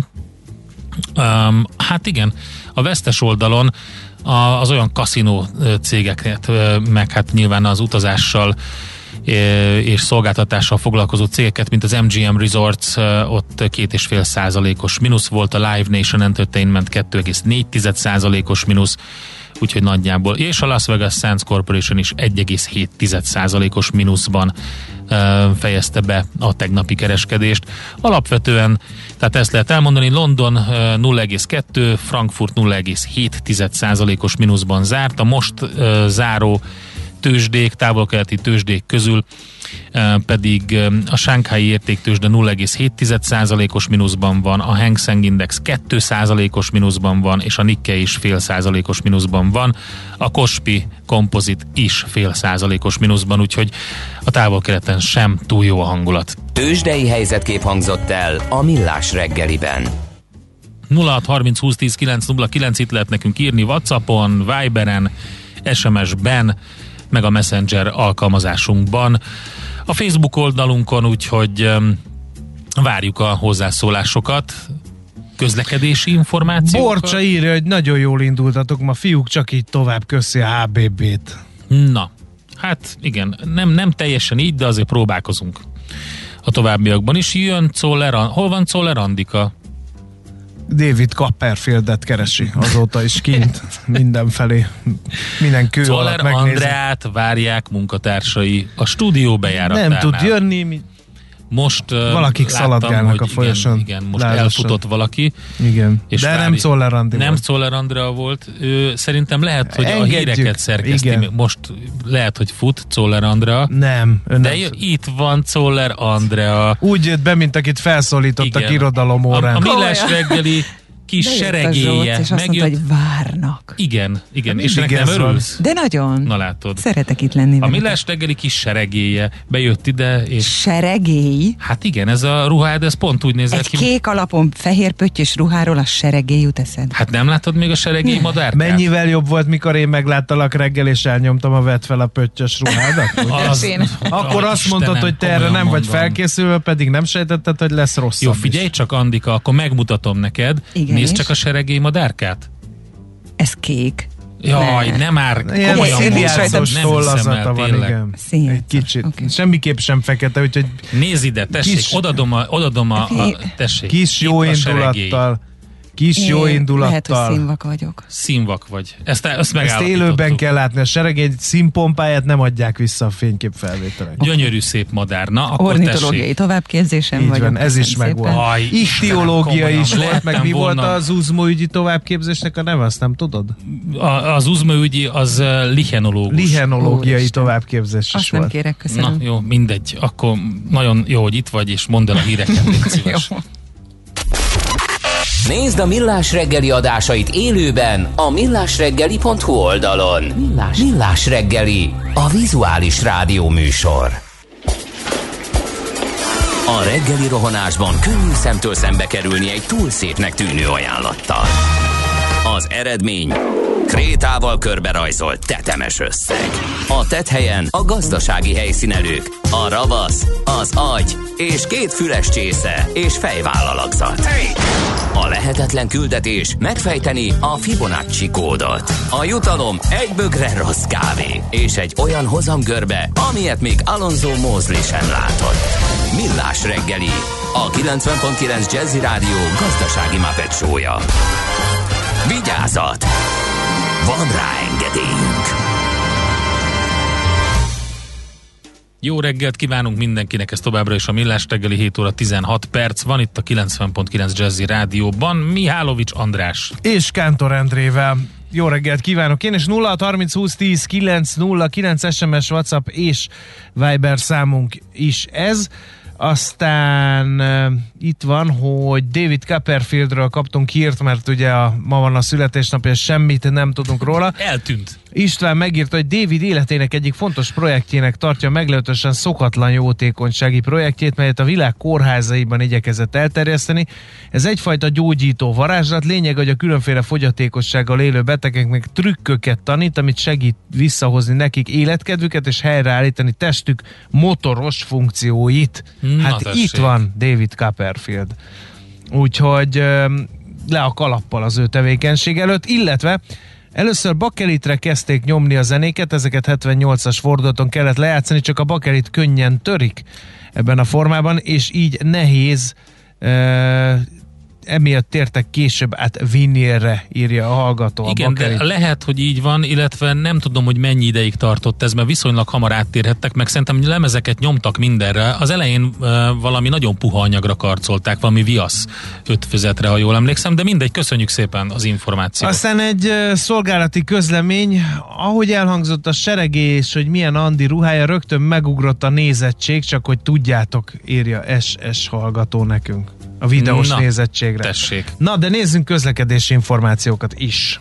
[SPEAKER 5] Hát igen, a vesztes oldalon az olyan kaszinó cégeket, meg hát nyilván az utazással és szolgáltatással foglalkozó cégeket, mint az MGM Resorts, ott 2,5%-os mínusz volt, a Live Nation Entertainment 2,4%-os mínusz, úgyhogy nagyjából, és a Las Vegas Sands Corporation is 1,7%-os mínuszban fejezte be a tegnapi kereskedést. Alapvetően, tehát ezt lehet elmondani, London 0,2, Frankfurt 0,7%-os mínuszban zárt, a most záró tőzsdék, távol-keleti tőzsdék közül pedig a Shanghai értéktőzsde 0,7%-os mínuszban van, a Hang Seng Index 2%-os mínuszban van, és a Nikkei is 0,5%-os mínuszban van, a Kospi Composite is 0,5%-os mínuszban, úgyhogy a távol-keleten sem túl jó a hangulat.
[SPEAKER 1] Tőzsdei helyzetkép hangzott el a Millás reggeliben.
[SPEAKER 5] 0630 20 10 909, itt lehet nekünk írni WhatsAppon, Viberen, SMS-ben, meg a Messenger alkalmazásunkban, a Facebook oldalunkon, úgyhogy várjuk a hozzászólásokat, közlekedési információkat.
[SPEAKER 4] Borcsa írja, hogy nagyon jól indultatok ma, fiúk, csak így tovább, köszi a HBB-t.
[SPEAKER 5] Na, hát igen, nem teljesen így, de azért próbálkozunk a továbbiakban is. Jön Czoller, hol van Czoller Andika?
[SPEAKER 4] David Copperfieldet keresi, azóta is kint mindenfelé, minden kő
[SPEAKER 5] Czoller
[SPEAKER 4] alatt megnézi.
[SPEAKER 5] Andreát várják munkatársai a stúdió bejáratánál.
[SPEAKER 4] Nem tud jönni.
[SPEAKER 5] Most
[SPEAKER 4] valakik
[SPEAKER 5] láttam,
[SPEAKER 4] szaladgálnak a folyosón.
[SPEAKER 5] Igen, most elfutott valaki.
[SPEAKER 4] Igen, és de nem Czoller Andi
[SPEAKER 5] nem
[SPEAKER 4] volt.
[SPEAKER 5] Czoller Andrea volt. Ő szerintem lehet, hogy
[SPEAKER 4] engedjük.
[SPEAKER 5] A híreket szerkeszti. Igen. Most lehet, hogy fut Czoller Andrea.
[SPEAKER 4] Nem.
[SPEAKER 5] De itt van Czoller Andrea.
[SPEAKER 4] Úgy jött be, mint akit felszólítottak irodalom órán.
[SPEAKER 5] A Millás reggeli kis seregéje.
[SPEAKER 6] És azt mondta, hogy várnak.
[SPEAKER 5] Igen. És ennek nem örülsz?
[SPEAKER 6] De nagyon.
[SPEAKER 5] Na látod.
[SPEAKER 6] Szeretek itt lenni.
[SPEAKER 5] A Millás reggeli kis seregéje bejött ide, és...
[SPEAKER 6] Seregély?
[SPEAKER 5] Hát igen, ez a ruhád, ez pont úgy nézett ki.
[SPEAKER 6] Egy kék alapon fehér pöttyös ruháról a seregély jut eszed.
[SPEAKER 5] Hát nem látod még a seregély madárkát?
[SPEAKER 4] Mennyivel jobb volt, mikor én megláttalak reggel, és elnyomtam a vedd fel a pöttyös ruhádat? Akkor azt mondtad, hogy te erre nem vagy felkészülve, pedig nem sejtetted, hogy lesz rosszabb.
[SPEAKER 5] Jó, figyelj csak, Andika, akkor megmutatom neked.
[SPEAKER 6] Igen,
[SPEAKER 5] nézd csak a seregély madárkát.
[SPEAKER 6] Ez kék.
[SPEAKER 5] Jaj, nem már
[SPEAKER 4] Ilyen
[SPEAKER 5] komolyan
[SPEAKER 4] színiátszós
[SPEAKER 5] mondom,
[SPEAKER 4] tollazata van, igen. Egy kicsit.
[SPEAKER 6] Okay.
[SPEAKER 4] Semmiképp sem fekete, úgyhogy
[SPEAKER 5] nézd ide, tessék, odadom a tessék.
[SPEAKER 4] Kis jó indulattal.
[SPEAKER 6] Lehet, hogy színvak vagyok.
[SPEAKER 5] Színvak vagy. Ezt megállapítottuk.
[SPEAKER 4] Ezt élőben kell látni. A seregény színpompáját nem adják vissza a fényképfelvételek.
[SPEAKER 5] Gyönyörű szép madár. Na, akkor
[SPEAKER 6] ornitológiai továbbképzésem vagyok.
[SPEAKER 4] Van, ez is megvolt. Ichtiológia is volt, meg mi volt az uzmaügyi továbbképzésnek a neve, azt nem tudod?
[SPEAKER 5] Az uzmaügyi az
[SPEAKER 4] lichenológiai továbbképzés is
[SPEAKER 6] azt
[SPEAKER 4] volt.
[SPEAKER 6] Nem kérek, köszönöm.
[SPEAKER 5] Na jó, mindegy. Akkor nagyon jó, hogy itt vagy, és mondd el a híreket, légy szíves.
[SPEAKER 1] Nézd a Millás reggeli adásait élőben a millásreggeli.hu oldalon. Millás reggeli, a vizuális rádió műsor. A reggeli rohanásban könnyű szemtől szembe kerülni egy túl szépnek tűnő ajánlattal. Az eredmény krétával körberajzolt tetemes összeg. A tetthelyen a gazdasági helyszínelők, a ravasz, az agy és 2 füles csésze és fejvállalakzat. A lehetetlen küldetés megfejteni a Fibonacci kódot. A jutalom egy bögre rossz kávé és egy olyan hozamgörbe, amilyet még Alonso Mosley sem látott. Millás reggeli, a 90.9 Jazzy Rádió gazdasági Muppet show-ja. Vigyázat! Van rá engedélyünk!
[SPEAKER 5] Jó reggelt kívánunk mindenkinek, ez továbbra is a Millás reggeli, 7 óra 16 perc van itt a 90.9 Jazzy Rádióban. Mihálovics András.
[SPEAKER 4] És Kántor Endrével. Jó reggelt kívánok én, és 0630 20 10 909 SMS, WhatsApp és Viber számunk is ez. Aztán itt van, hogy David Copperfieldről kaptunk hírt, mert ugye ma van a születésnapja, és semmit nem tudunk róla.
[SPEAKER 5] Eltűnt.
[SPEAKER 4] István megírta, hogy David életének egyik fontos projektjének tartja meglehetősen szokatlan jótékonysági projektjét, melyet a világ kórházaiban igyekezett elterjeszteni. Ez egyfajta gyógyító varázslat, lényeg, hogy a különféle fogyatékossággal élő betegeknek trükköket tanít, amit segít visszahozni nekik életkedvüket, és helyreállítani testük motoros funkcióit. Hát itt van David Copperfield. Úgyhogy le a kalappal az ő tevékenység előtt, illetve először bakelitre kezdték nyomni a zenéket, ezeket 78-as fordulaton kellett lejátszani, csak a bakelit könnyen törik ebben a formában, és így nehéz, emiatt tértek később át vinylre, írja a hallgató.
[SPEAKER 5] Igen, a de lehet, hogy így van, illetve nem tudom, hogy mennyi ideig tartott ez, mert viszonylag hamar áttérhettek, meg szerintem lemezeket nyomtak mindenre. Az elején valami nagyon puha anyagra karcolták, valami viasz ötvözetre, ha jól emlékszem, de mindegy, köszönjük szépen az információt. Aztán
[SPEAKER 4] egy szolgálati közlemény, ahogy elhangzott a seregés, hogy milyen Andi ruhája, rögtön megugrott a nézettség, csak hogy tudjátok, írja SS hallgató nekünk. A videós nézettségre.
[SPEAKER 5] Tessék.
[SPEAKER 4] Na, de nézzünk közlekedési információkat is.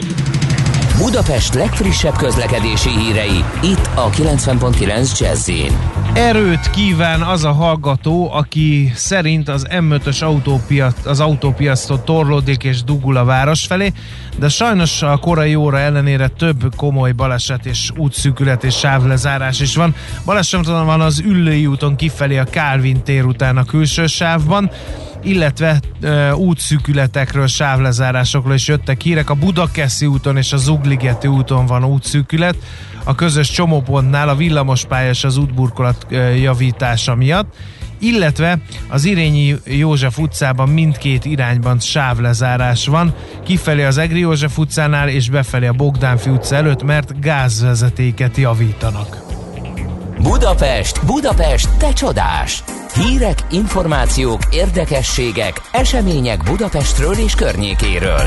[SPEAKER 1] Budapest legfrissebb közlekedési hírei, itt a 90.9 Jazzyn.
[SPEAKER 4] Erőt kíván az a hallgató, aki szerint az M5-ös autópiactól torlódik és dugul a város felé, de sajnos a korai óra ellenére több komoly baleset és útszűkület és sávlezárás is van. Baleset van az Üllői úton kifelé a Kálvin tér után a külső sávban, illetve útszűkületekről, sávlezárásokról is jöttek hírek. A Budakeszi úton és a Zugligeti úton van útszűkület, a közös csomópontnál a villamospálya és az útburkolat javítása miatt, illetve az Irényi József utcában mindkét irányban sávlezárás van, kifelé az Egri József utcánál és befelé a Bogdánfi utca előtt, mert gázvezetéket javítanak.
[SPEAKER 1] Budapest, te csodás! Hírek, információk, érdekességek, események Budapestről és környékéről.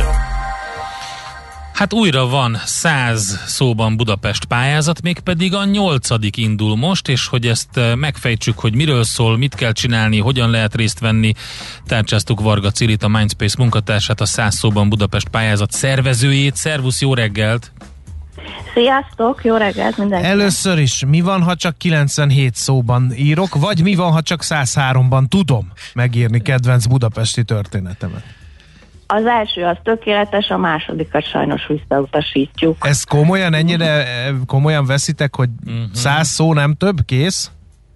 [SPEAKER 5] Hát újra van 100 szóban Budapest pályázat, mégpedig a 8. indul most, és hogy ezt megfejtsük, hogy miről szól, mit kell csinálni, hogyan lehet részt venni, tárcsáztuk Varga Cilit, a Mindspace munkatársát, a 100 szóban Budapest pályázat szervezőjét. Szervusz, jó reggelt!
[SPEAKER 7] Sziasztok, jó reggelt mindenkinek!
[SPEAKER 4] Először is, mi van, ha csak 97 szóban írok, vagy mi van, ha csak 103-ban tudom megírni kedvenc budapesti történetemet?
[SPEAKER 7] Az első az tökéletes, a másodikat sajnos visszautasítjuk.
[SPEAKER 4] Ez komolyan, ennyire komolyan veszitek, hogy 100 szó nem több, kész?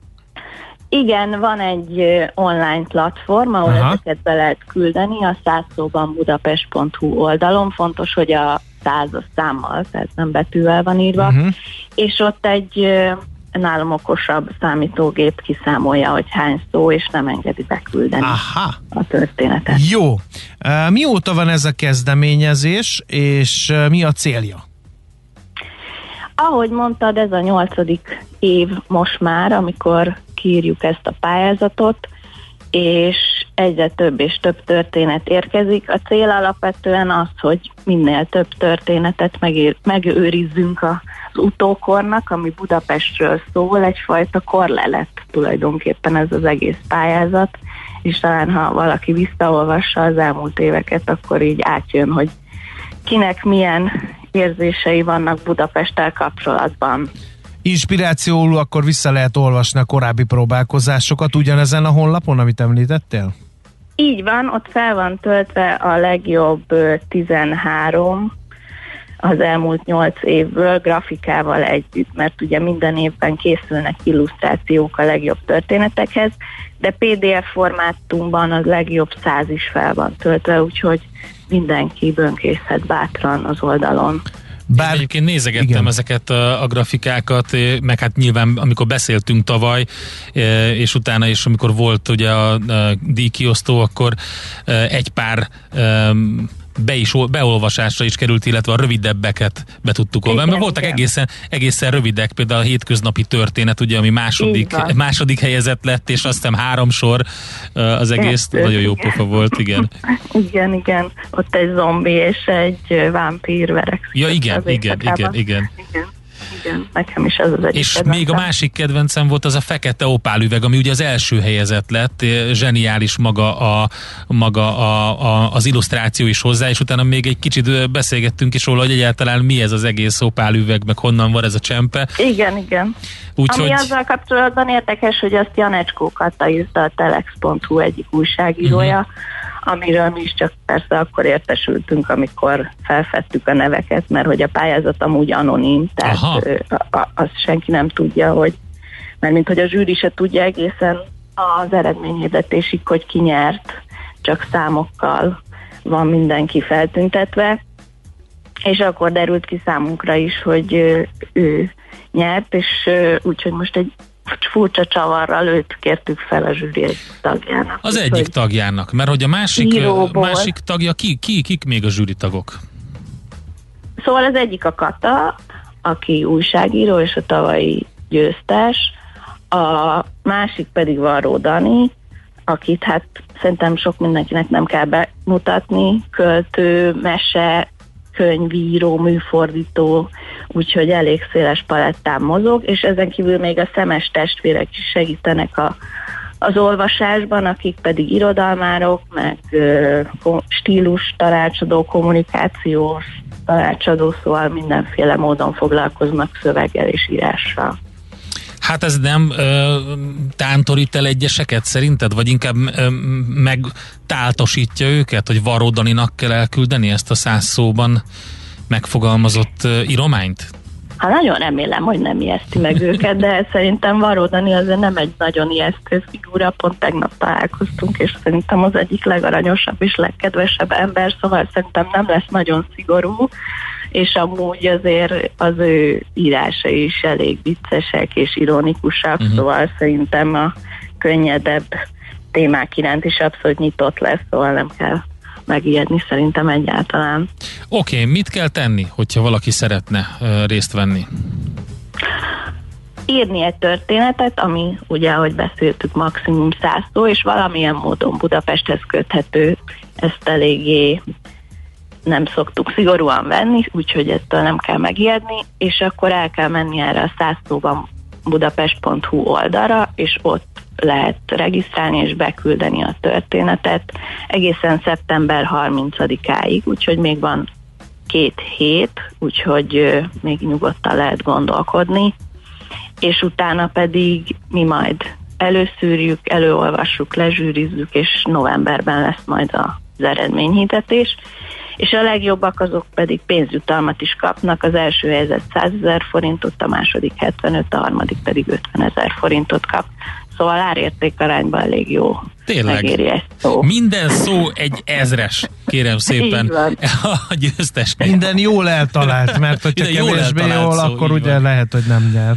[SPEAKER 7] Igen, van egy online platform, ahol ezeket be lehet küldeni, a 100szóban budapest.hu oldalon. Fontos, hogy a 100-as számmal, tehát nem betűvel van írva, és ott egy nálam okosabb számítógép kiszámolja, hogy hány szó, és nem engedi beküldeni a történetet.
[SPEAKER 4] Jó. Mióta van ez a kezdeményezés, és mi a célja?
[SPEAKER 7] Ahogy mondtad, ez a 8. év most már, amikor kiírjuk ezt a pályázatot, és egyre több és több történet érkezik. A cél alapvetően az, hogy minél több történetet megőrizzünk az utókornak, ami Budapestről szól, egyfajta korlelet tulajdonképpen ez az egész pályázat, és talán ha valaki visszaolvassa az elmúlt éveket, akkor így átjön, hogy kinek milyen érzései vannak Budapesttel kapcsolatban.
[SPEAKER 4] Inspirációul akkor vissza lehet olvasni a korábbi próbálkozásokat ugyanezen a honlapon, amit említettél?
[SPEAKER 7] Így van, ott fel van töltve a legjobb 13 az elmúlt 8 évből grafikával együtt, mert ugye minden évben készülnek illusztrációk a legjobb történetekhez, de PDF formátumban az legjobb 100 is fel van töltve, úgyhogy mindenki böngészhet bátran az oldalon.
[SPEAKER 5] Bár egyébként nézegettem ezeket a grafikákat, meg hát nyilván amikor beszéltünk tavaly, és utána is, amikor volt ugye a díjkiosztó, akkor egy pár beolvasásra is került, illetve a rövidebbeket be tudtuk olvasni. Mert voltak egészen rövidek, például a hétköznapi történet, ugye, ami második helyezett lett, és azt hiszem 3 sor az egész, nagyon jó pofa volt, igen.
[SPEAKER 7] Igen, ott egy zombi és egy vámpír verekszik.
[SPEAKER 5] Ja, igen.
[SPEAKER 7] Igen, nekem is ez az egyik
[SPEAKER 5] és
[SPEAKER 7] kedvencem.
[SPEAKER 5] még a másik kedvencem volt az a fekete opálüveg, ami ugye az első helyezett lett, zseniális maga az illusztráció is hozzá, és utána még egy kicsit beszélgettünk is róla, hogy egyáltalán mi ez az egész opálüveg, meg honnan van ez a csempe.
[SPEAKER 7] Igen. Ami azzal kapcsolatban érdekes, hogy azt Janecskó Kata írta, a telex.hu egyik újságírója, amiről mi is csak persze akkor értesültünk, amikor felfedtük a neveket, mert hogy a pályázat amúgy anonim, tehát azt senki nem tudja, hogy, mert mint hogy a zsűri se tudja egészen az eredményhirdetésig, hogy ki nyert, csak számokkal van mindenki feltüntetve, és akkor derült ki számunkra is, hogy ő nyert, és úgyhogy most egy furcsa csavarral őt kértük fel a zsűri egyik tagjának.
[SPEAKER 5] Az egyik tagjának, mert hogy a másik tagja, kik még a zsűri tagok?
[SPEAKER 7] Szóval az egyik a Kata, aki újságíró és a tavalyi győztes, a másik pedig Varró Dani, akit hát szerintem sok mindenkinek nem kell bemutatni, költő, mese, könyvíró, műfordító, úgyhogy elég széles palettán mozog, és ezen kívül még a Szemes testvérek is segítenek az olvasásban, akik pedig irodalmárok, meg stílus tanácsadó, kommunikációs tanácsadó, szóval mindenféle módon foglalkoznak szöveggel és írással.
[SPEAKER 5] Hát ez nem tántorít el egyeseket szerinted? Vagy inkább megtáltosítja őket, hogy Varró Daninak kell elküldeni ezt a 100 szóban megfogalmazott írományt?
[SPEAKER 7] Hát nagyon remélem, hogy nem ijeszti meg őket, de szerintem Varró Dani azért nem egy nagyon ijesztő figura, pont tegnap találkoztunk, és szerintem az egyik legaranyosabb és legkedvesebb ember, szóval szerintem nem lesz nagyon szigorú, és amúgy azért az ő írásai is elég viccesek és ironikusak, szóval szerintem a könnyedebb témák iránt is abszolút nyitott lesz, szóval nem kell megijedni szerintem egyáltalán.
[SPEAKER 5] Oké, mit kell tenni, hogyha valaki szeretne részt venni?
[SPEAKER 7] Írni egy történetet, ami ugye, ahogy beszéltük, maximum 100 szó, és valamilyen módon Budapesthez köthető, ezt eléggé nem szoktuk szigorúan venni, úgyhogy ettől nem kell megijedni, és akkor el kell menni erre a 100 szóban budapest.hu oldalra, és ott lehet regisztrálni és beküldeni a történetet egészen szeptember 30-áig, úgyhogy még van 2 hét, úgyhogy még nyugodtan lehet gondolkodni, és utána pedig mi majd előszűrjük, előolvassuk, lezsűrizzük, és novemberben lesz majd az eredményhirdetés, és a legjobbak azok pedig pénzjutalmat is kapnak, az első helyzet 100 000 forintot, a második 75, a harmadik pedig 50 000 forintot kap. Szóval árértékarányban elég jó.
[SPEAKER 5] Tényleg.
[SPEAKER 7] Megéri egy szó.
[SPEAKER 5] Minden szó egy 1000-es, kérem szépen. A győztes.
[SPEAKER 4] Minden jól eltalált, mert hogyha kevésbé jól, akkor ugye van. Lehet, hogy nem nyer.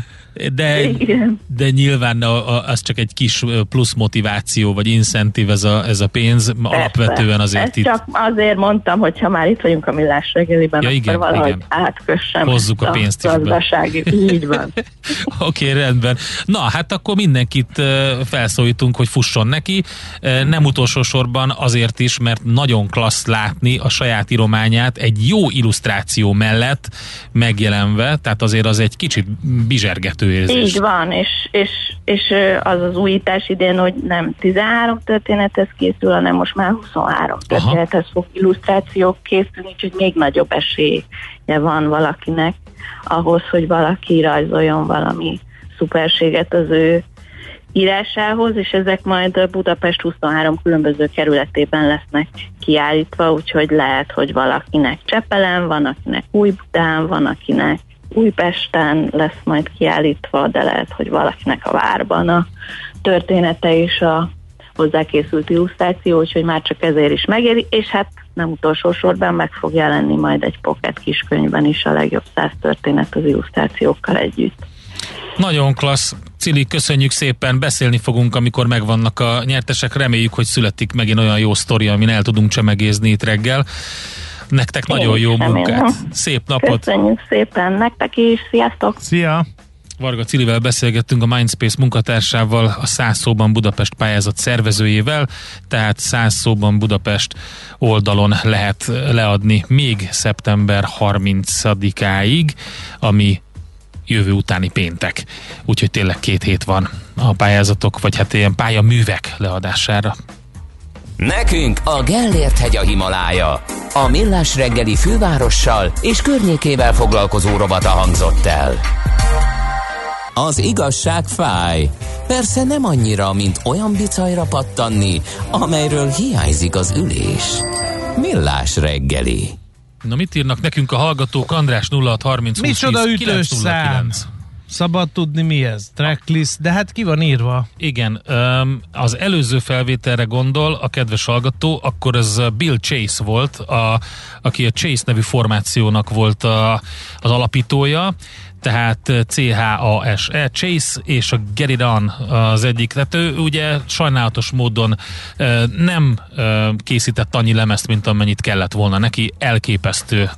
[SPEAKER 5] De nyilván az csak egy kis plusz motiváció, vagy incentív ez a pénz. Persze. Alapvetően azért
[SPEAKER 7] itt... Csak azért mondtam, hogy ha már itt vagyunk a Millás reggeliben,
[SPEAKER 5] ja,
[SPEAKER 7] akkor valahogy átkössem.
[SPEAKER 5] Hozzuk a pénzt is be.
[SPEAKER 7] Így van.
[SPEAKER 5] Oké, rendben. Na, hát akkor mindenkit felszólítunk, hogy fusson neki. Nem utolsó sorban azért is, mert nagyon klassz látni a saját írományát egy jó illusztráció mellett megjelenve, tehát azért az egy kicsit bizsergető érzés.
[SPEAKER 7] Így van, és az az újítás idén, hogy nem 13 történethez készül, hanem most már 23 történethez fog illusztrációk készülni, úgyhogy még nagyobb esélye van valakinek ahhoz, hogy valaki rajzoljon valami szuperséget az ő írásához, és ezek majd Budapest 23 különböző kerületében lesznek kiállítva, úgyhogy lehet, hogy valakinek Csepelen, van akinek Újbudán, van akinek Újpesten lesz majd kiállítva, de lehet, hogy valakinek a Várban a története és a hozzákészült illusztráció, úgyhogy már csak ezért is megéri, és hát nem utolsó sorban meg fog jelenni majd egy pocket kiskönyvben is a legjobb 100 történet az illusztrációkkal együtt.
[SPEAKER 5] Nagyon klassz. Cili, köszönjük szépen, beszélni fogunk, amikor megvannak a nyertesek, reméljük, hogy születik megint olyan jó sztori, amin el tudunk csemegézni itt reggel. Nektek nagyon jó munkát. Szép napot.
[SPEAKER 7] Köszönjük szépen nektek is. Sziasztok.
[SPEAKER 4] Szia.
[SPEAKER 5] Varga Cilivel beszélgettünk, a Mindspace munkatársával, a 100 szóban Budapest pályázat szervezőjével, tehát 100 szóban Budapest oldalon lehet leadni még szeptember 30-áig, ami jövő utáni péntek. Úgyhogy tényleg 2 hét van a pályázatok, vagy hát ilyen pályaművek leadására.
[SPEAKER 1] Nekünk a Gellért-hegy a Himalája. A Millás reggeli fővárossal és környékével foglalkozó rovata hangzott el. Az igazság fáj. Persze nem annyira, mint olyan bicajra pattanni, amelyről hiányzik az ülés. Millás reggeli.
[SPEAKER 5] Na mit írnak nekünk a hallgatók? András 0630
[SPEAKER 4] micsoda ütős szám. Szabad tudni mi ez? Tracklist, de hát ki van írva?
[SPEAKER 5] Igen, az előző felvételre gondol a kedves hallgató, akkor ez Bill Chase volt, aki a Chase nevű formációnak volt az alapítója, tehát C-H-A-S-E, Chase és a Get It On az egyik. Tehát ő ugye sajnálatos módon nem készített annyi lemezt, mint amennyit kellett volna neki. Elképesztő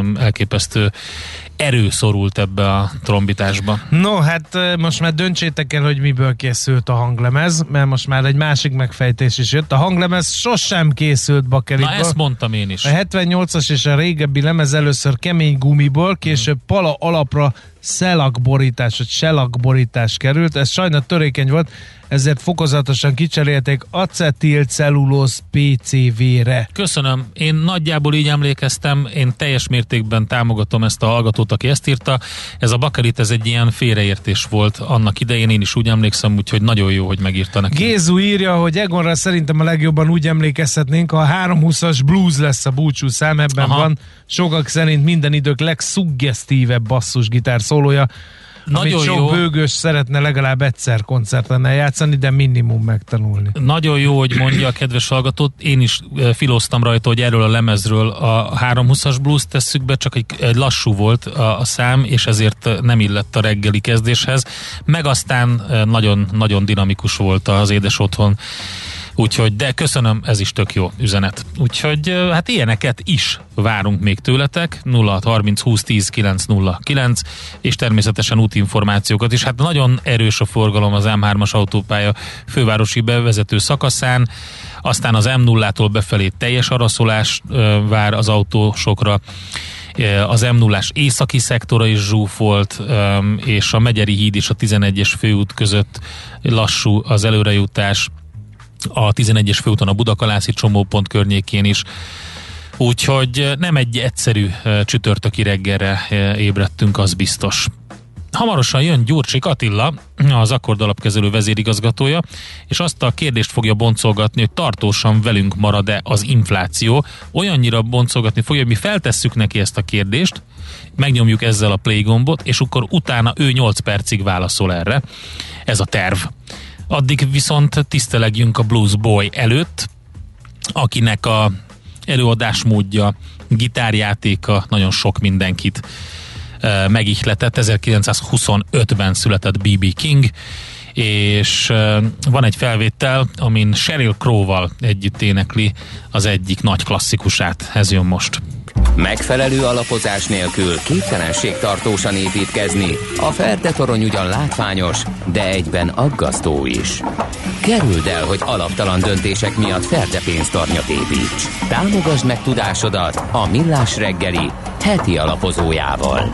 [SPEAKER 5] erő szorult ebbe a trombitásba.
[SPEAKER 4] No, hát most már döntsétek el, hogy miből készült a hanglemez, mert most már egy másik megfejtés is jött. A hanglemez sosem készült bakerikból.
[SPEAKER 5] Na, ezt mondtam én is.
[SPEAKER 4] A 78-as és a régebbi lemez először kemény gumiból, később pala alapra szelakborítás, vagy selakborítás került. Ez sajnos törékeny volt, ezért fokozatosan kicserélték acetilcellulóz PCV-re.
[SPEAKER 5] Köszönöm. Én nagyjából így emlékeztem, én teljes mértékben támogatom ezt a hallgatót, aki ezt írta. Ez a bakelit, ez egy ilyen félreértés volt annak idején, én is úgy emlékszem, úgyhogy nagyon jó, hogy megírta neki.
[SPEAKER 4] Gézu írja, hogy Egonra szerintem a legjobban úgy emlékezhetnénk, a 320-as blues lesz a búcsú szám, ebben van sokak szerint minden idők legszuggesztívebb basszusgitár szólója, nagyon amit sok jó. Bőgős szeretne legalább egyszer koncerten eljátszani, de minimum megtanulni.
[SPEAKER 5] Nagyon jó, hogy mondja a kedves hallgatót. Én is filóztam rajta, hogy erről a lemezről a 320-as blues tesszük be, csak egy lassú volt a szám, és ezért nem illett a reggeli kezdéshez. Meg aztán nagyon dinamikus volt az Édes Otthon. Úgyhogy, de köszönöm, ez is tök jó üzenet. Úgyhogy hát ilyeneket is várunk még tőletek, 0630 20 10 909, és természetesen útinformációkat is. Hát nagyon erős a forgalom az M3-as autópálya fővárosi bevezető szakaszán, aztán az M0-tól befelé teljes araszolás vár az autósokra, az M0-ás északi szektora is zsúfolt, és a Megyeri híd és a 11-es főút között lassú az előrejutás, a 11-es főúton a Budakalászi csomópont környékén is. Úgyhogy nem egy egyszerű csütörtöki reggelre ébredtünk, az biztos. Hamarosan jön Gyurcsik Attila, az Akkord alapkezelő vezérigazgatója, és azt a kérdést fogja boncolgatni, hogy tartósan velünk marad-e az infláció. Olyannyira boncolgatni fogja, hogy mi feltesszük neki ezt a kérdést, megnyomjuk ezzel a play gombot, és akkor utána ő 8 percig válaszol erre. Ez a terv. Addig viszont tisztelegjünk a Blues Boy előtt, akinek a előadásmódja, gitárjátéka nagyon sok mindenkit megihletett. 1925-ben született B.B. King, és van egy felvétel, amin Sheryl Crow-val együtt énekli az egyik nagy klasszikusát. Ez jön most.
[SPEAKER 1] Megfelelő alapozás nélkül képtelenség tartósan építkezni. A Ferde torony ugyan látványos, de egyben aggasztó is. Kerüld el, hogy alaptalan döntések miatt Ferde pénztarnyat építs. Támogasd meg tudásodat a Millás reggeli heti alapozójával.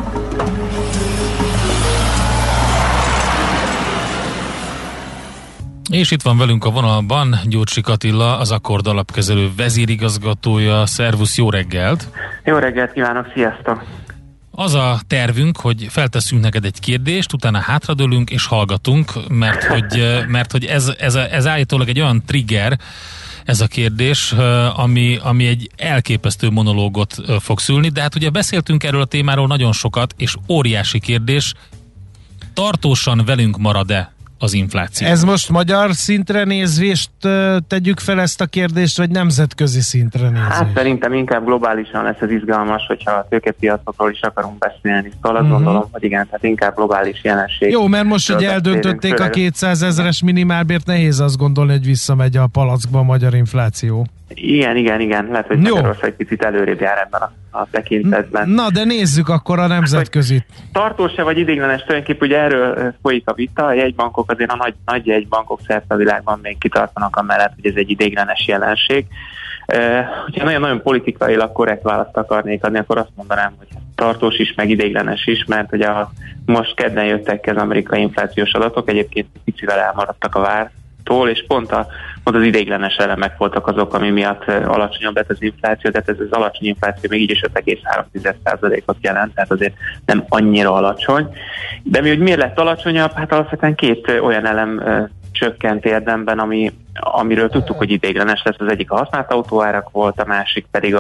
[SPEAKER 5] És itt van velünk a vonalban Gyurcsik Attila, az Akkord alapkezelő vezérigazgatója. Szervusz, jó reggelt!
[SPEAKER 8] Jó reggelt kívánok, sziasztok!
[SPEAKER 5] Az a tervünk, hogy felteszünk neked egy kérdést, utána hátradőlünk és hallgatunk, mert hogy ez állítólag egy olyan trigger, ez a kérdés, ami egy elképesztő monológot fog szülni, de hát ugye beszéltünk erről a témáról nagyon sokat, és óriási kérdés, tartósan velünk marad-e az infláció?
[SPEAKER 4] Ez most magyar szintre nézvést tegyük fel ezt a kérdést, vagy nemzetközi szintre nézvést?
[SPEAKER 8] Hát szerintem inkább globálisan lesz ez izgalmas, hogyha a tőkepiacokról is akarunk beszélni. Szóval azt gondolom, hogy igen, tehát inkább globális jelenség.
[SPEAKER 4] Jó, mert most, hogy eldöntötték a 200 000-es minimálbért, nehéz azt gondolni, hogy visszamegy a palackba a magyar infláció.
[SPEAKER 8] Igen. Lehet, hogy Magyarország egy picit előrébb jár ebben a tekintetben.
[SPEAKER 4] Na, de nézzük akkor a nemzetközit.
[SPEAKER 8] Tartós-e vagy ideiglenes, tulajdonképpen ugye erről folyik a vita. A jegybankok azért a nagy jegybankok szerte a világban még kitartanak amellett, hogy ez egy ideiglenes jelenség. Hogyha nagyon politikailag korrekt választ akarnék adni, akkor azt mondanám, hogy tartós is, meg ideiglenes is, mert ugye most kedden jöttek az amerikai inflációs adatok, egyébként picivel elmaradtak a vártól, és pont az ideiglenes elemek voltak azok, ami miatt alacsonyabb lett az infláció, tehát ez az alacsony infláció még így is 5,3%-ot jelent, tehát azért nem annyira alacsony. De hogy miért lett alacsonyabb? Hát alapvetően két olyan elem csökkent érdemben, amiről tudtuk, hogy ideiglenes lesz. Az egyik a használt autóárak volt, a másik pedig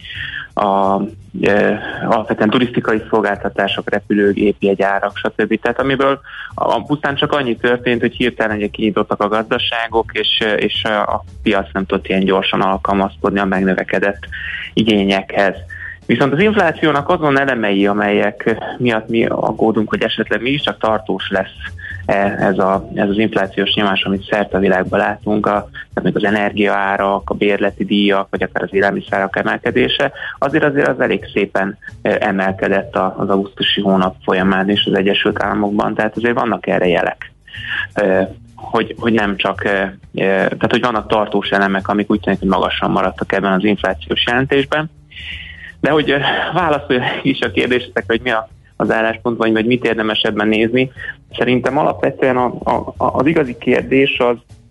[SPEAKER 8] alapvetően turisztikai szolgáltatások, repülőgépjegyárak, stb. Tehát amiből pusztán csak annyi történt, hogy hirtelen kinyitottak a gazdaságok, és a piac nem tudott ilyen gyorsan alkalmazkodni a megnövekedett igényekhez. Viszont az inflációnak azon elemei, amelyek miatt mi aggódunk, hogy esetleg mégiscsak tartós lesz ez az inflációs nyomás, amit szerte a világban látunk, tehát még az energiaárak, a bérleti díjak, vagy akár az élelmiszerárak emelkedése, azért az elég szépen emelkedett az augusztusi hónap folyamán is az Egyesült Államokban, tehát azért vannak erre jelek. Hogy nem csak, tehát hogy vannak tartós elemek, amik úgy tűnik, hogy magasan maradtak ebben az inflációs jelentésben. De hogy válaszolja is a kérdésetekre, hogy mi az álláspont, vagy mit érdemes ebben nézni. Szerintem alapvetően az igazi kérdés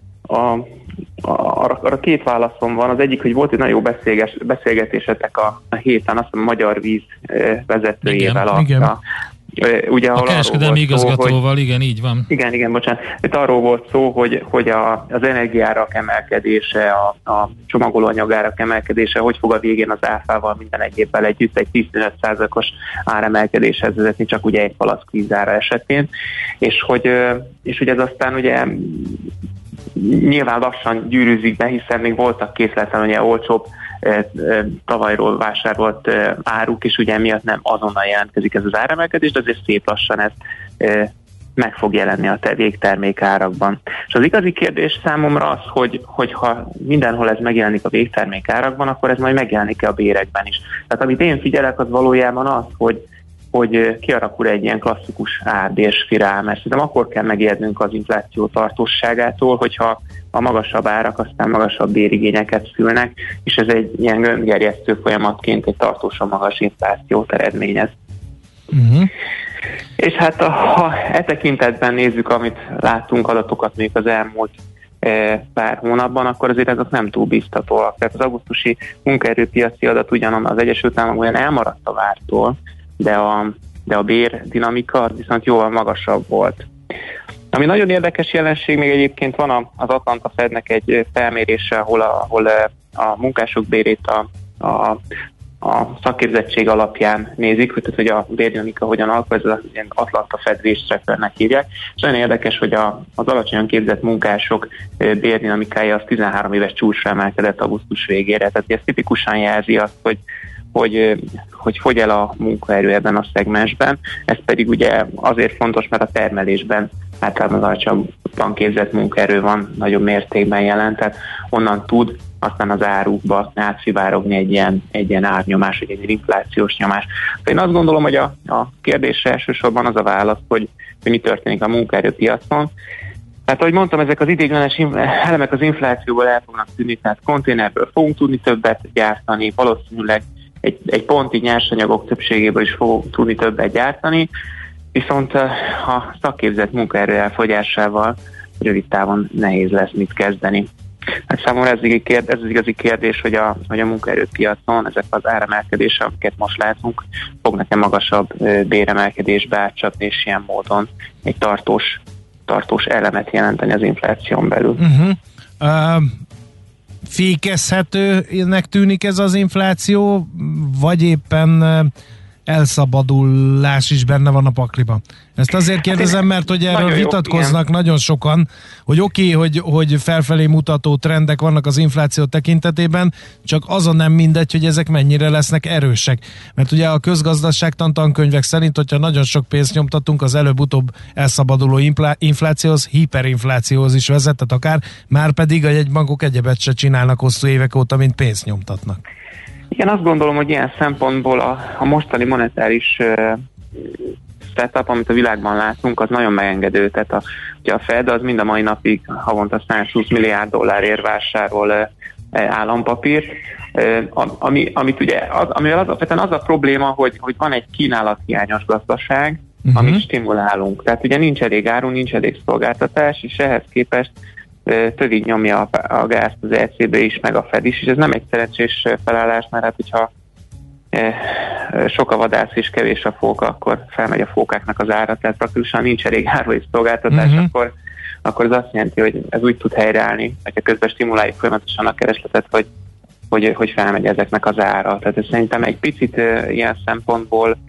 [SPEAKER 8] arra két válaszom van. Az egyik, hogy volt egy nagyon jó beszélgetésetek a héten, azt a Magyar Víz vezetőjével. Ugye,
[SPEAKER 5] a kereskedelmi igazgatóval, igen, így van.
[SPEAKER 8] Igen, bocsánat. Itt arról volt szó, hogy az energiárak emelkedése, a csomagolóanyagárak emelkedése, hogy fog a végén az áfával minden egyébbel együtt egy 15%-os áremelkedéshez vezetni, csak ugye egy palack vízára esetén. És hogy ez aztán ugye nyilván lassan gyűrűzik be, hiszen még voltak készleten ugye olcsóbb tavalyról vásárolt áruk, és ugye miatt nem azonnal jelentkezik ez az áremelkedés, de azért szép lassan ez meg fog jelenni a végtermék árakban. És az igazi kérdés számomra az, hogy ha mindenhol ez megjelenik a végtermék árakban, akkor ez majd megjelenik-e a bérekben is. Tehát amit én figyelek, az valójában az, hogy kialakul egy ilyen klasszikus ár-bérspirál, mert szerintem akkor kell megijednünk az infláció tartósságától, hogyha a magasabb árak aztán magasabb bérigényeket szülnek, és ez egy ilyen göndgerjesztő folyamatként egy tartósan magas inflációt eredményez. És hát ha e tekintetben nézzük, amit láttunk adatokat még az elmúlt pár hónapban, akkor azért ezek nem túl biztatóak. Tehát az augusztusi munkaerőpiaci adat ugyanon az Egyesült Államokban elmaradt a vártól, de a bérdinamika az viszont jóval magasabb volt. Ami nagyon érdekes jelenség, még egyébként van az Atlanta Fednek egy felmérése, ahol a munkások bérét a a szakképzettség alapján nézik, hogy a bérdinamika hogyan alakul, ez az ilyen Atlanta Fed Wage hívják. És nagyon érdekes, hogy az alacsonyan képzett munkások bérdinamikája az 13 éves csúcsra emelkedett augusztus végére. Tehát ez tipikusan jelzi azt, hogy fogy el a munkaerő ebben a szegmensben. Ez pedig ugye azért fontos, mert a termelésben általában az alacsonyabban képzett munkaerő van nagyobb mértékben jelen, tehát onnan tud aztán az árukba átszivárogni egy ilyen árnyomás, egy inflációs nyomás. Én azt gondolom, hogy a kérdésre elsősorban az a válasz, hogy mi történik a munkaerőpiacon. Tehát, ahogy mondtam, ezek az ideiglenes elemek az inflációból el fognak tűnni, tehát konténerből fogunk tudni többet gyártani, valószínűleg egy pontig nyersanyagok többségéből is fogunk tudni többet gyártani, viszont a szakképzett munkaerő elfogyásával rövid távon nehéz lesz mit kezdeni. Hát számomra ez az igazi kérdés, hogy a munkaerőpiacon ezek az áremelkedések, amiket most látunk, fognak-e magasabb béremelkedésbe átcsapni, és ilyen módon egy tartós elemet jelenteni az infláción belül.
[SPEAKER 4] Fékezhetőnek tűnik ez az infláció, vagy éppen elszabadulás is benne van a pakliban? Ezt azért kérdezem, mert hogy erről vitatkoznak nagyon sokan, hogy oké, hogy felfelé mutató trendek vannak az infláció tekintetében, csak az a nem mindegy, hogy ezek mennyire lesznek erősek. Mert ugye a közgazdaságtan tankönyvek szerint, hogyha nagyon sok pénzt nyomtatunk, az előbb-utóbb elszabaduló inflációhoz, hiperinflációhoz is vezetett akár, már pedig a jegybankok egyebet se csinálnak hosszú évek óta, mint pénzt nyomtatnak.
[SPEAKER 8] Igen, azt gondolom, hogy ilyen szempontból a mostani monetáris setup, amit a világban látunk, az nagyon megengedő. Tehát ugye a Fed az mind a mai napig havonta 120 milliárd dollárért vásárol állampapírt, amit ugye, amivel alapvetően az a probléma, hogy van egy kínálathiányos gazdaság, amit stimulálunk. Tehát ugye nincs elég áru, nincs elég szolgáltatás, és ehhez képest tövig nyomja a gázt az ECB is, meg a Fed is, és ez nem egy szerencsés felállás, mert hát hogyha sok a vadász és kevés a fóka, akkor felmegy a fókáknak az ára, tehát praktikusan nincs elég áru és szolgáltatás, akkor ez azt jelenti, hogy ez úgy tud helyreállni, hogyha közben stimuláljuk folyamatosan a keresletet, hogy felmegy ezeknek az ára. Tehát ez szerintem egy picit ilyen szempontból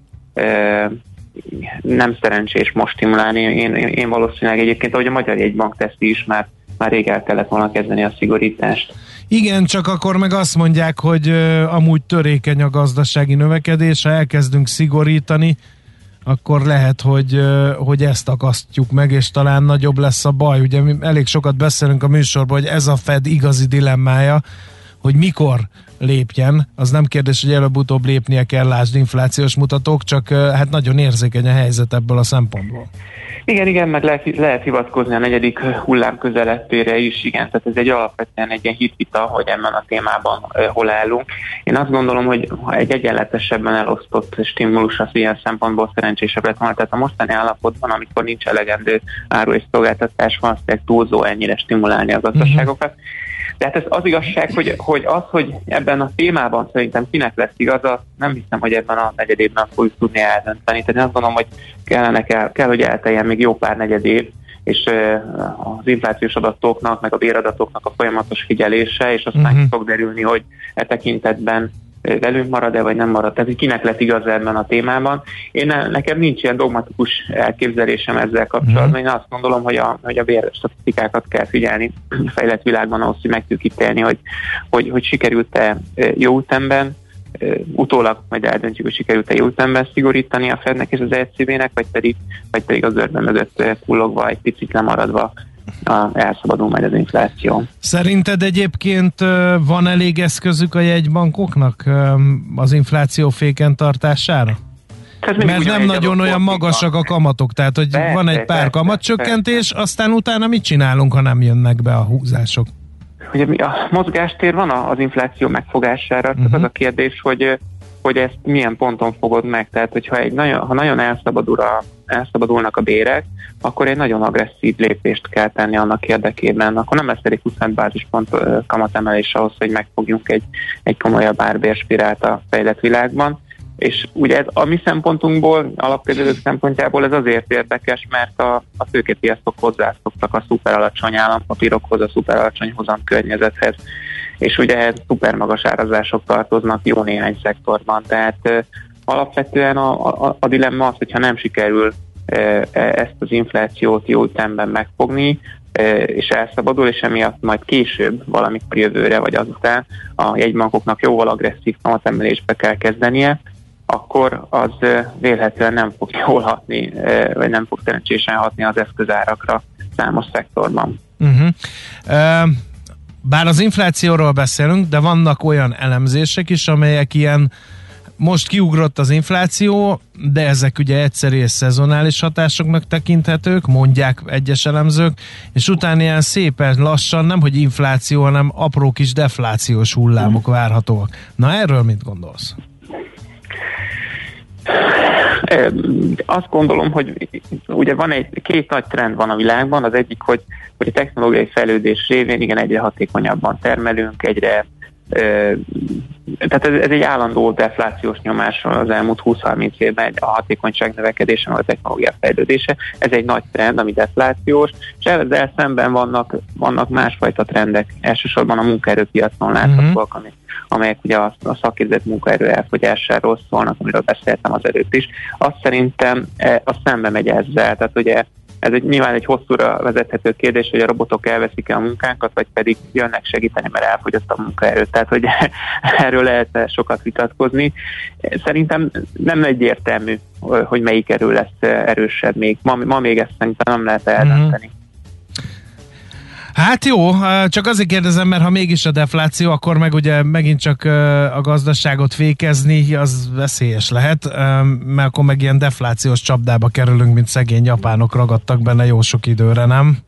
[SPEAKER 8] nem szerencsés most stimulálni. Én valószínűleg egyébként, ahogy a Magyar Jegybank teszi is, már rég el kellett volna kezdeni a szigorítást.
[SPEAKER 4] Igen, csak akkor meg azt mondják, hogy amúgy törékeny a gazdasági növekedés, ha elkezdünk szigorítani, akkor lehet, hogy ezt akasztjuk meg, és talán nagyobb lesz a baj. Ugye mi elég sokat beszélünk a műsorban, hogy ez a Fed igazi dilemmája, hogy mikor lépjen. Az nem kérdés, hogy előbb-utóbb lépnie kell, lásd inflációs mutatók, csak hát nagyon érzékeny a helyzet ebből a szempontból.
[SPEAKER 8] Igen, meg lehet hivatkozni a negyedik hullám közeletére is, igen, tehát ez egy alapvetően egy ilyen hitvita, hogy ebben a témában hol állunk. Én azt gondolom, hogy ha egy egyenletesebben elosztott stimulus az ilyen szempontból szerencsésebb lett volna, tehát a mostani állapotban, amikor nincs elegendő áru és szolgáltatás, van azt túlzó ennyire stimulálni a gazdaságokat. De hát ez az igazság, hogy ebben a témában szerintem kinek lesz igaza, nem hiszem, hogy ebben a negyedévben fogjuk tudni eldönteni. Tehát én azt gondolom, hogy kell, hogy elteljen még jó pár negyedév, és az inflációs adatoknak, meg a béradatoknak a folyamatos figyelése, és aztán ki fog derülni, hogy e tekintetben velünk marad-e, vagy nem marad. Tehát kinek lett igaz ebben a témában. Nekem nincs ilyen dogmatikus elképzelésem ezzel kapcsolatban. Én azt gondolom, hogy a bérstatisztikákat kell figyelni a fejlett világban, ahhoz, hogy meg tudjuk ítélni, hogy sikerült-e jó ütemben, utólag majd eldöntjük, hogy sikerült-e jó ütemben szigorítani a Fednek és az ECB-nek, vagy pedig az örben mögött kullogva, egy picit lemaradva elszabadul majd az infláció.
[SPEAKER 4] Szerinted egyébként van elég eszközük a jegybankoknak az infláció féken tartására? Mert nem nagyon olyan magasak a kamatok, tehát hogy van egy pár kamatcsökkentés, aztán utána mit csinálunk, ha nem jönnek be a húzások?
[SPEAKER 8] Ugye a mozgástér van az infláció megfogására, csak az a kérdés, hogy ezt milyen ponton fogod meg, tehát hogyha ha nagyon elszabadulnak a bérek, akkor egy nagyon agresszív lépést kell tenni annak érdekében, akkor nem lesz elég 20 bázispont kamatemelés ahhoz, hogy megfogjunk egy komolyabb árbérspirált a fejlett világban. És ugye ez a mi szempontunkból, alapkezelők szempontjából ez azért érdekes, mert a tőkepiacok hozzászoktak a szuper alacsony állampapírokhoz, a szuper alacsony hozam környezethez. és ugye szuper magas árazások tartoznak jó néhány szektorban, tehát alapvetően a dilemma az, hogyha nem sikerül ezt az inflációt jó ütemben megfogni, és elszabadul, és emiatt majd később, valamikor jövőre, vagy azután a jegybankoknak jóval agresszív kamatemelésbe kell kezdenie, akkor az vélhetően nem fog jól hatni, vagy nem fog szerencsésen hatni az eszközárakra számos szektorban.
[SPEAKER 4] Bár az inflációról beszélünk, de vannak olyan elemzések is, amelyek ilyen most kiugrott az infláció, de ezek ugye egyszeri és szezonális hatásoknak tekinthetők, mondják egyes elemzők, és utána ilyen szépen lassan, nem hogy infláció, hanem apró kis deflációs hullámok várhatóak. Na erről mit gondolsz?
[SPEAKER 8] Azt gondolom, hogy ugye két nagy trend van a világban, az egyik, hogy a technológiai fejlődés révén igen, egyre hatékonyabban termelünk, tehát ez egy állandó deflációs nyomás az elmúlt 20-30 évben a hatékonyság növekedése, a technológia fejlődése. Ez egy nagy trend, ami deflációs, és ezzel szemben vannak másfajta trendek, elsősorban a munkaerőpiacon láthatóak, amelyek ugye a szakképzett munkaerő elfogyásáról szólnak, amiről beszéltem az előtt is. Azt szerintem az szembe megy ezzel, tehát ugye ez nyilván egy hosszúra vezethető kérdés, hogy a robotok elveszik-e a munkánkat, vagy pedig jönnek segíteni, mert elfogyott a munkaerő. Tehát, hogy erről lehet sokat vitatkozni. Szerintem nem egyértelmű, hogy melyik erő lesz erősebb még. Ma még ezt szerintem nem lehet eldönteni.
[SPEAKER 4] Hát jó, csak azért kérdezem, mert ha mégis a defláció, akkor meg ugye megint csak a gazdaságot fékezni, az veszélyes lehet, mert akkor meg ilyen deflációs csapdába kerülünk, mint szegény japánok ragadtak benne jó sok időre, nem?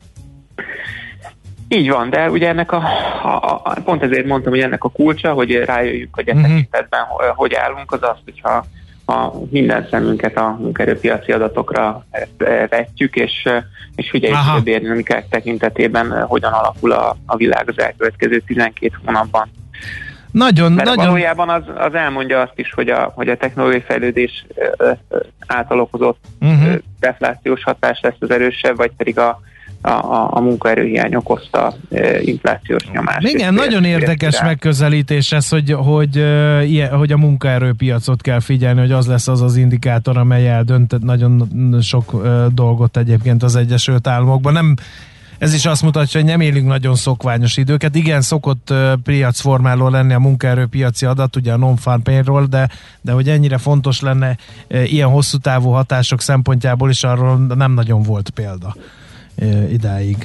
[SPEAKER 8] Így van, de ugye ennek pont ezért mondtam, hogy ennek a kulcsa, hogy rájöjjünk, hogy tekintetben hogy állunk, az az, hogyha minden szemünket a munkaerőpiaci adatokra vetjük, és figyeljük, hogy a bérdinamikák tekintetében hogyan alakul a világ az elkövetkező 12 hónapban. Mert valójában az elmondja azt is, hogy a technológiai fejlődés által okozott deflációs hatás lesz az erősebb, vagy pedig a munkaerőhiány okozta inflációs nyomást.
[SPEAKER 4] Igen, nagyon érdekes megközelítés ez, hogy a munkaerőpiacot kell figyelni, hogy az lesz az indikátor, amely eldönt nagyon sok dolgot egyébként az Egyesült Államokban. Ez is azt mutatja, hogy nem élünk nagyon szokványos időket. Igen, szokott piacformáló lenni a munkaerőpiaci adat, ugye a non-farm payroll, de hogy ennyire fontos lenne ilyen hosszú távú hatások szempontjából is, arról nem nagyon volt példa idáig.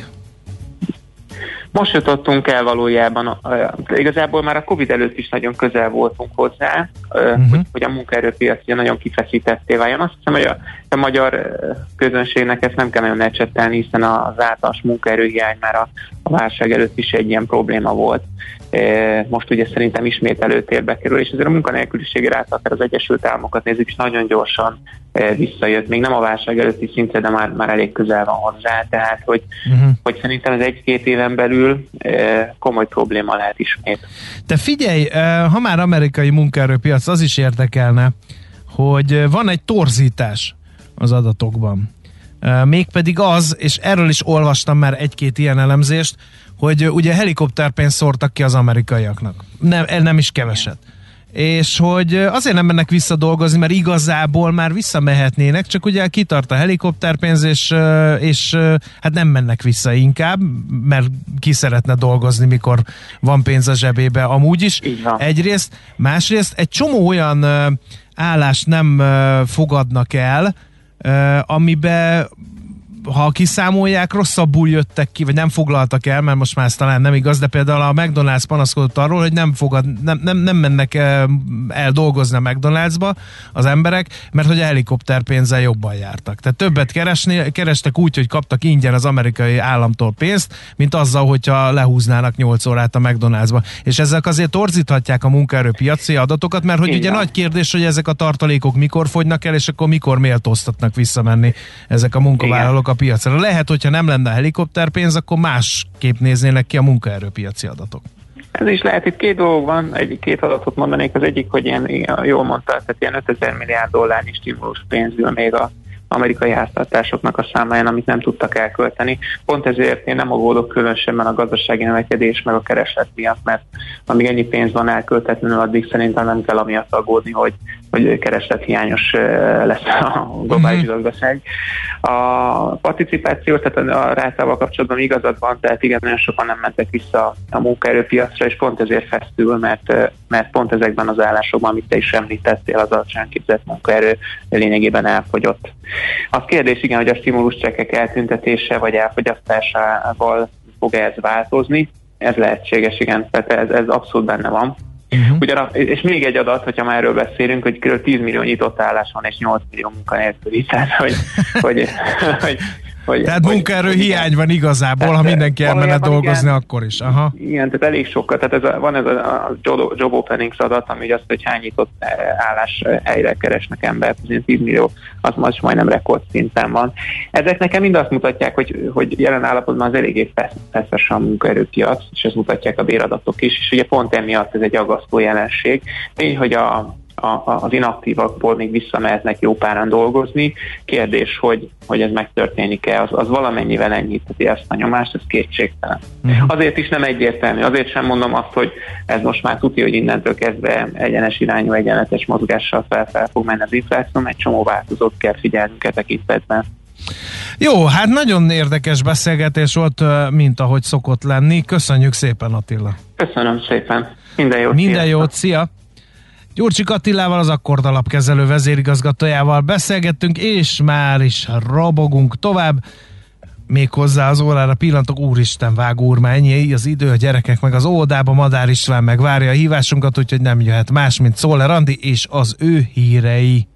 [SPEAKER 8] Most jutottunk el valójában, igazából már a Covid előtt is nagyon közel voltunk hozzá, hogy a munkaerőpiac nagyon kifeszítetté váljon. Azt hiszem, hogy a magyar közönségnek ezt nem kell nagyon ecsettelni, hiszen az általános munkaerőhiány már a válság előtt is egy ilyen probléma volt. Most ugye szerintem ismét előtérbe kerül, és ezért a munkanélküliség ráta, akár az Egyesült Államokat nézzük, is nagyon gyorsan visszajött. Még nem a válság előtti szintre, de már elég közel van hozzá, tehát hogy szerintem ez 1-2 éven belül komoly probléma lehet ismét.
[SPEAKER 4] Te figyelj, ha már amerikai munkaerőpiac, az is érdekelne, hogy van egy torzítás az adatokban. Mégpedig az, és erről is olvastam már 1-2 ilyen elemzést, hogy ugye helikopterpénzt szórtak ki az amerikaiaknak. Nem is keveset. És hogy azért nem mennek vissza dolgozni, mert igazából már visszamehetnének, csak ugye kitart a helikopterpénz, és hát nem mennek vissza inkább, mert ki szeretne dolgozni, mikor van pénz a zsebébe amúgy is. Egyrészt, másrészt egy csomó olyan állást nem fogadnak el, amiben ha kiszámolják, rosszabbul jöttek ki, vagy nem foglaltak el, mert most már ez talán nem igaz, de például a McDonald's panaszkodott arról, hogy nem mennek el dolgozni a McDonald'sba az emberek, mert hogy a helikopterpénzzel jobban jártak. Tehát többet kerestek úgy, hogy kaptak ingyen az amerikai államtól pénzt, mint azzal, hogyha lehúznának 8 órát a McDonald'sba. És ezek azért torzíthatják a munkaerőpiaci adatokat, mert hogy ugye nagy kérdés, hogy ezek a tartalékok mikor fogynak el, és akkor mikor méltóztatnak visszamenni ezek a munkavállalók a piacra. Lehet, hogyha nem lenne a helikopterpénz, akkor másképp néznének ki a munkaerőpiaci adatok.
[SPEAKER 8] Ez is lehet, itt 2 dolog van, két adatot mondanék. Az egyik, hogy jól mondta, tehát ilyen $5000 milliárd stimulus pénzül még amerikai háztartásoknak a számláján, amit nem tudtak elkölteni. Pont ezért én nem aggódok különösebben a gazdasági növekedés meg a kereslet miatt, mert amíg ennyi pénz van elköltetlenül, addig szerintem nem kell amiatt aggódni, hogy kereslethiányos lesz a globális gazdaság. A participáció, tehát a rátával kapcsolatban igazad van, tehát igen, nagyon sokan nem mentek vissza a munkaerőpiacra, és pont ezért feszül, mert pont ezekben az állásokban, amit te is említettél, az alacsonyan képzett munkaerő lényegében elfogyott. Az kérdés, igen, hogy a stimuluszcsekkek eltüntetése vagy elfogyasztásával fog ez változni, ez lehetséges, igen, tehát ez abszolút benne van. És még egy adat, hogyha már erről beszélünk, hogy kb. 10 millió nyitott állás van és 8 millió munkanélküli, tehát
[SPEAKER 4] tehát munkaerő hiány van igazából, ha mindenki elmenne dolgozni, igen, akkor is. Aha.
[SPEAKER 8] Igen, tehát elég sokkal. Tehát van ez a job openings adat, ami azt, hogy hány nyitott állás helyre keresnek embert, 10 millió, az most majdnem rekordszinten van. Ezek nekem mind azt mutatják, hogy jelen állapotban az eléggé feszes a munkaerőpiac, és ezt mutatják a béradatok is, és ugye pont emiatt ez egy aggasztó jelenség. Tény, hogy az inaktívakból még visszamehetnek jó páran dolgozni. Kérdés, hogy ez megtörténik-e, az valamennyivel enyhítheti ezt a nyomást, ez kétségtelen. Azért is nem egyértelmű, azért sem mondom azt, hogy ez most már tudja, hogy innentől kezdve egyenes irányú, egyenletes mozgással fel fog menni az infláció, egy csomó változót kell figyelnünk e tekintetben.
[SPEAKER 4] Jó, hát nagyon érdekes beszélgetés volt, mint ahogy szokott lenni. Köszönjük szépen, Attila.
[SPEAKER 8] Köszönöm szépen. Minden jót.
[SPEAKER 4] Minden jót, szia! Gyurcsik Attilával, az Akkord alapkezelő vezérigazgatójával beszélgettünk, és már is robogunk tovább. Még hozzá az órára pillantok, úristen, vágó úr, már ennyi az idő, a gyerekek meg az óvodába, Madár István meg várja a hívásunkat, úgyhogy nem jöhet más, mint Szoller Andi és az ő hírei.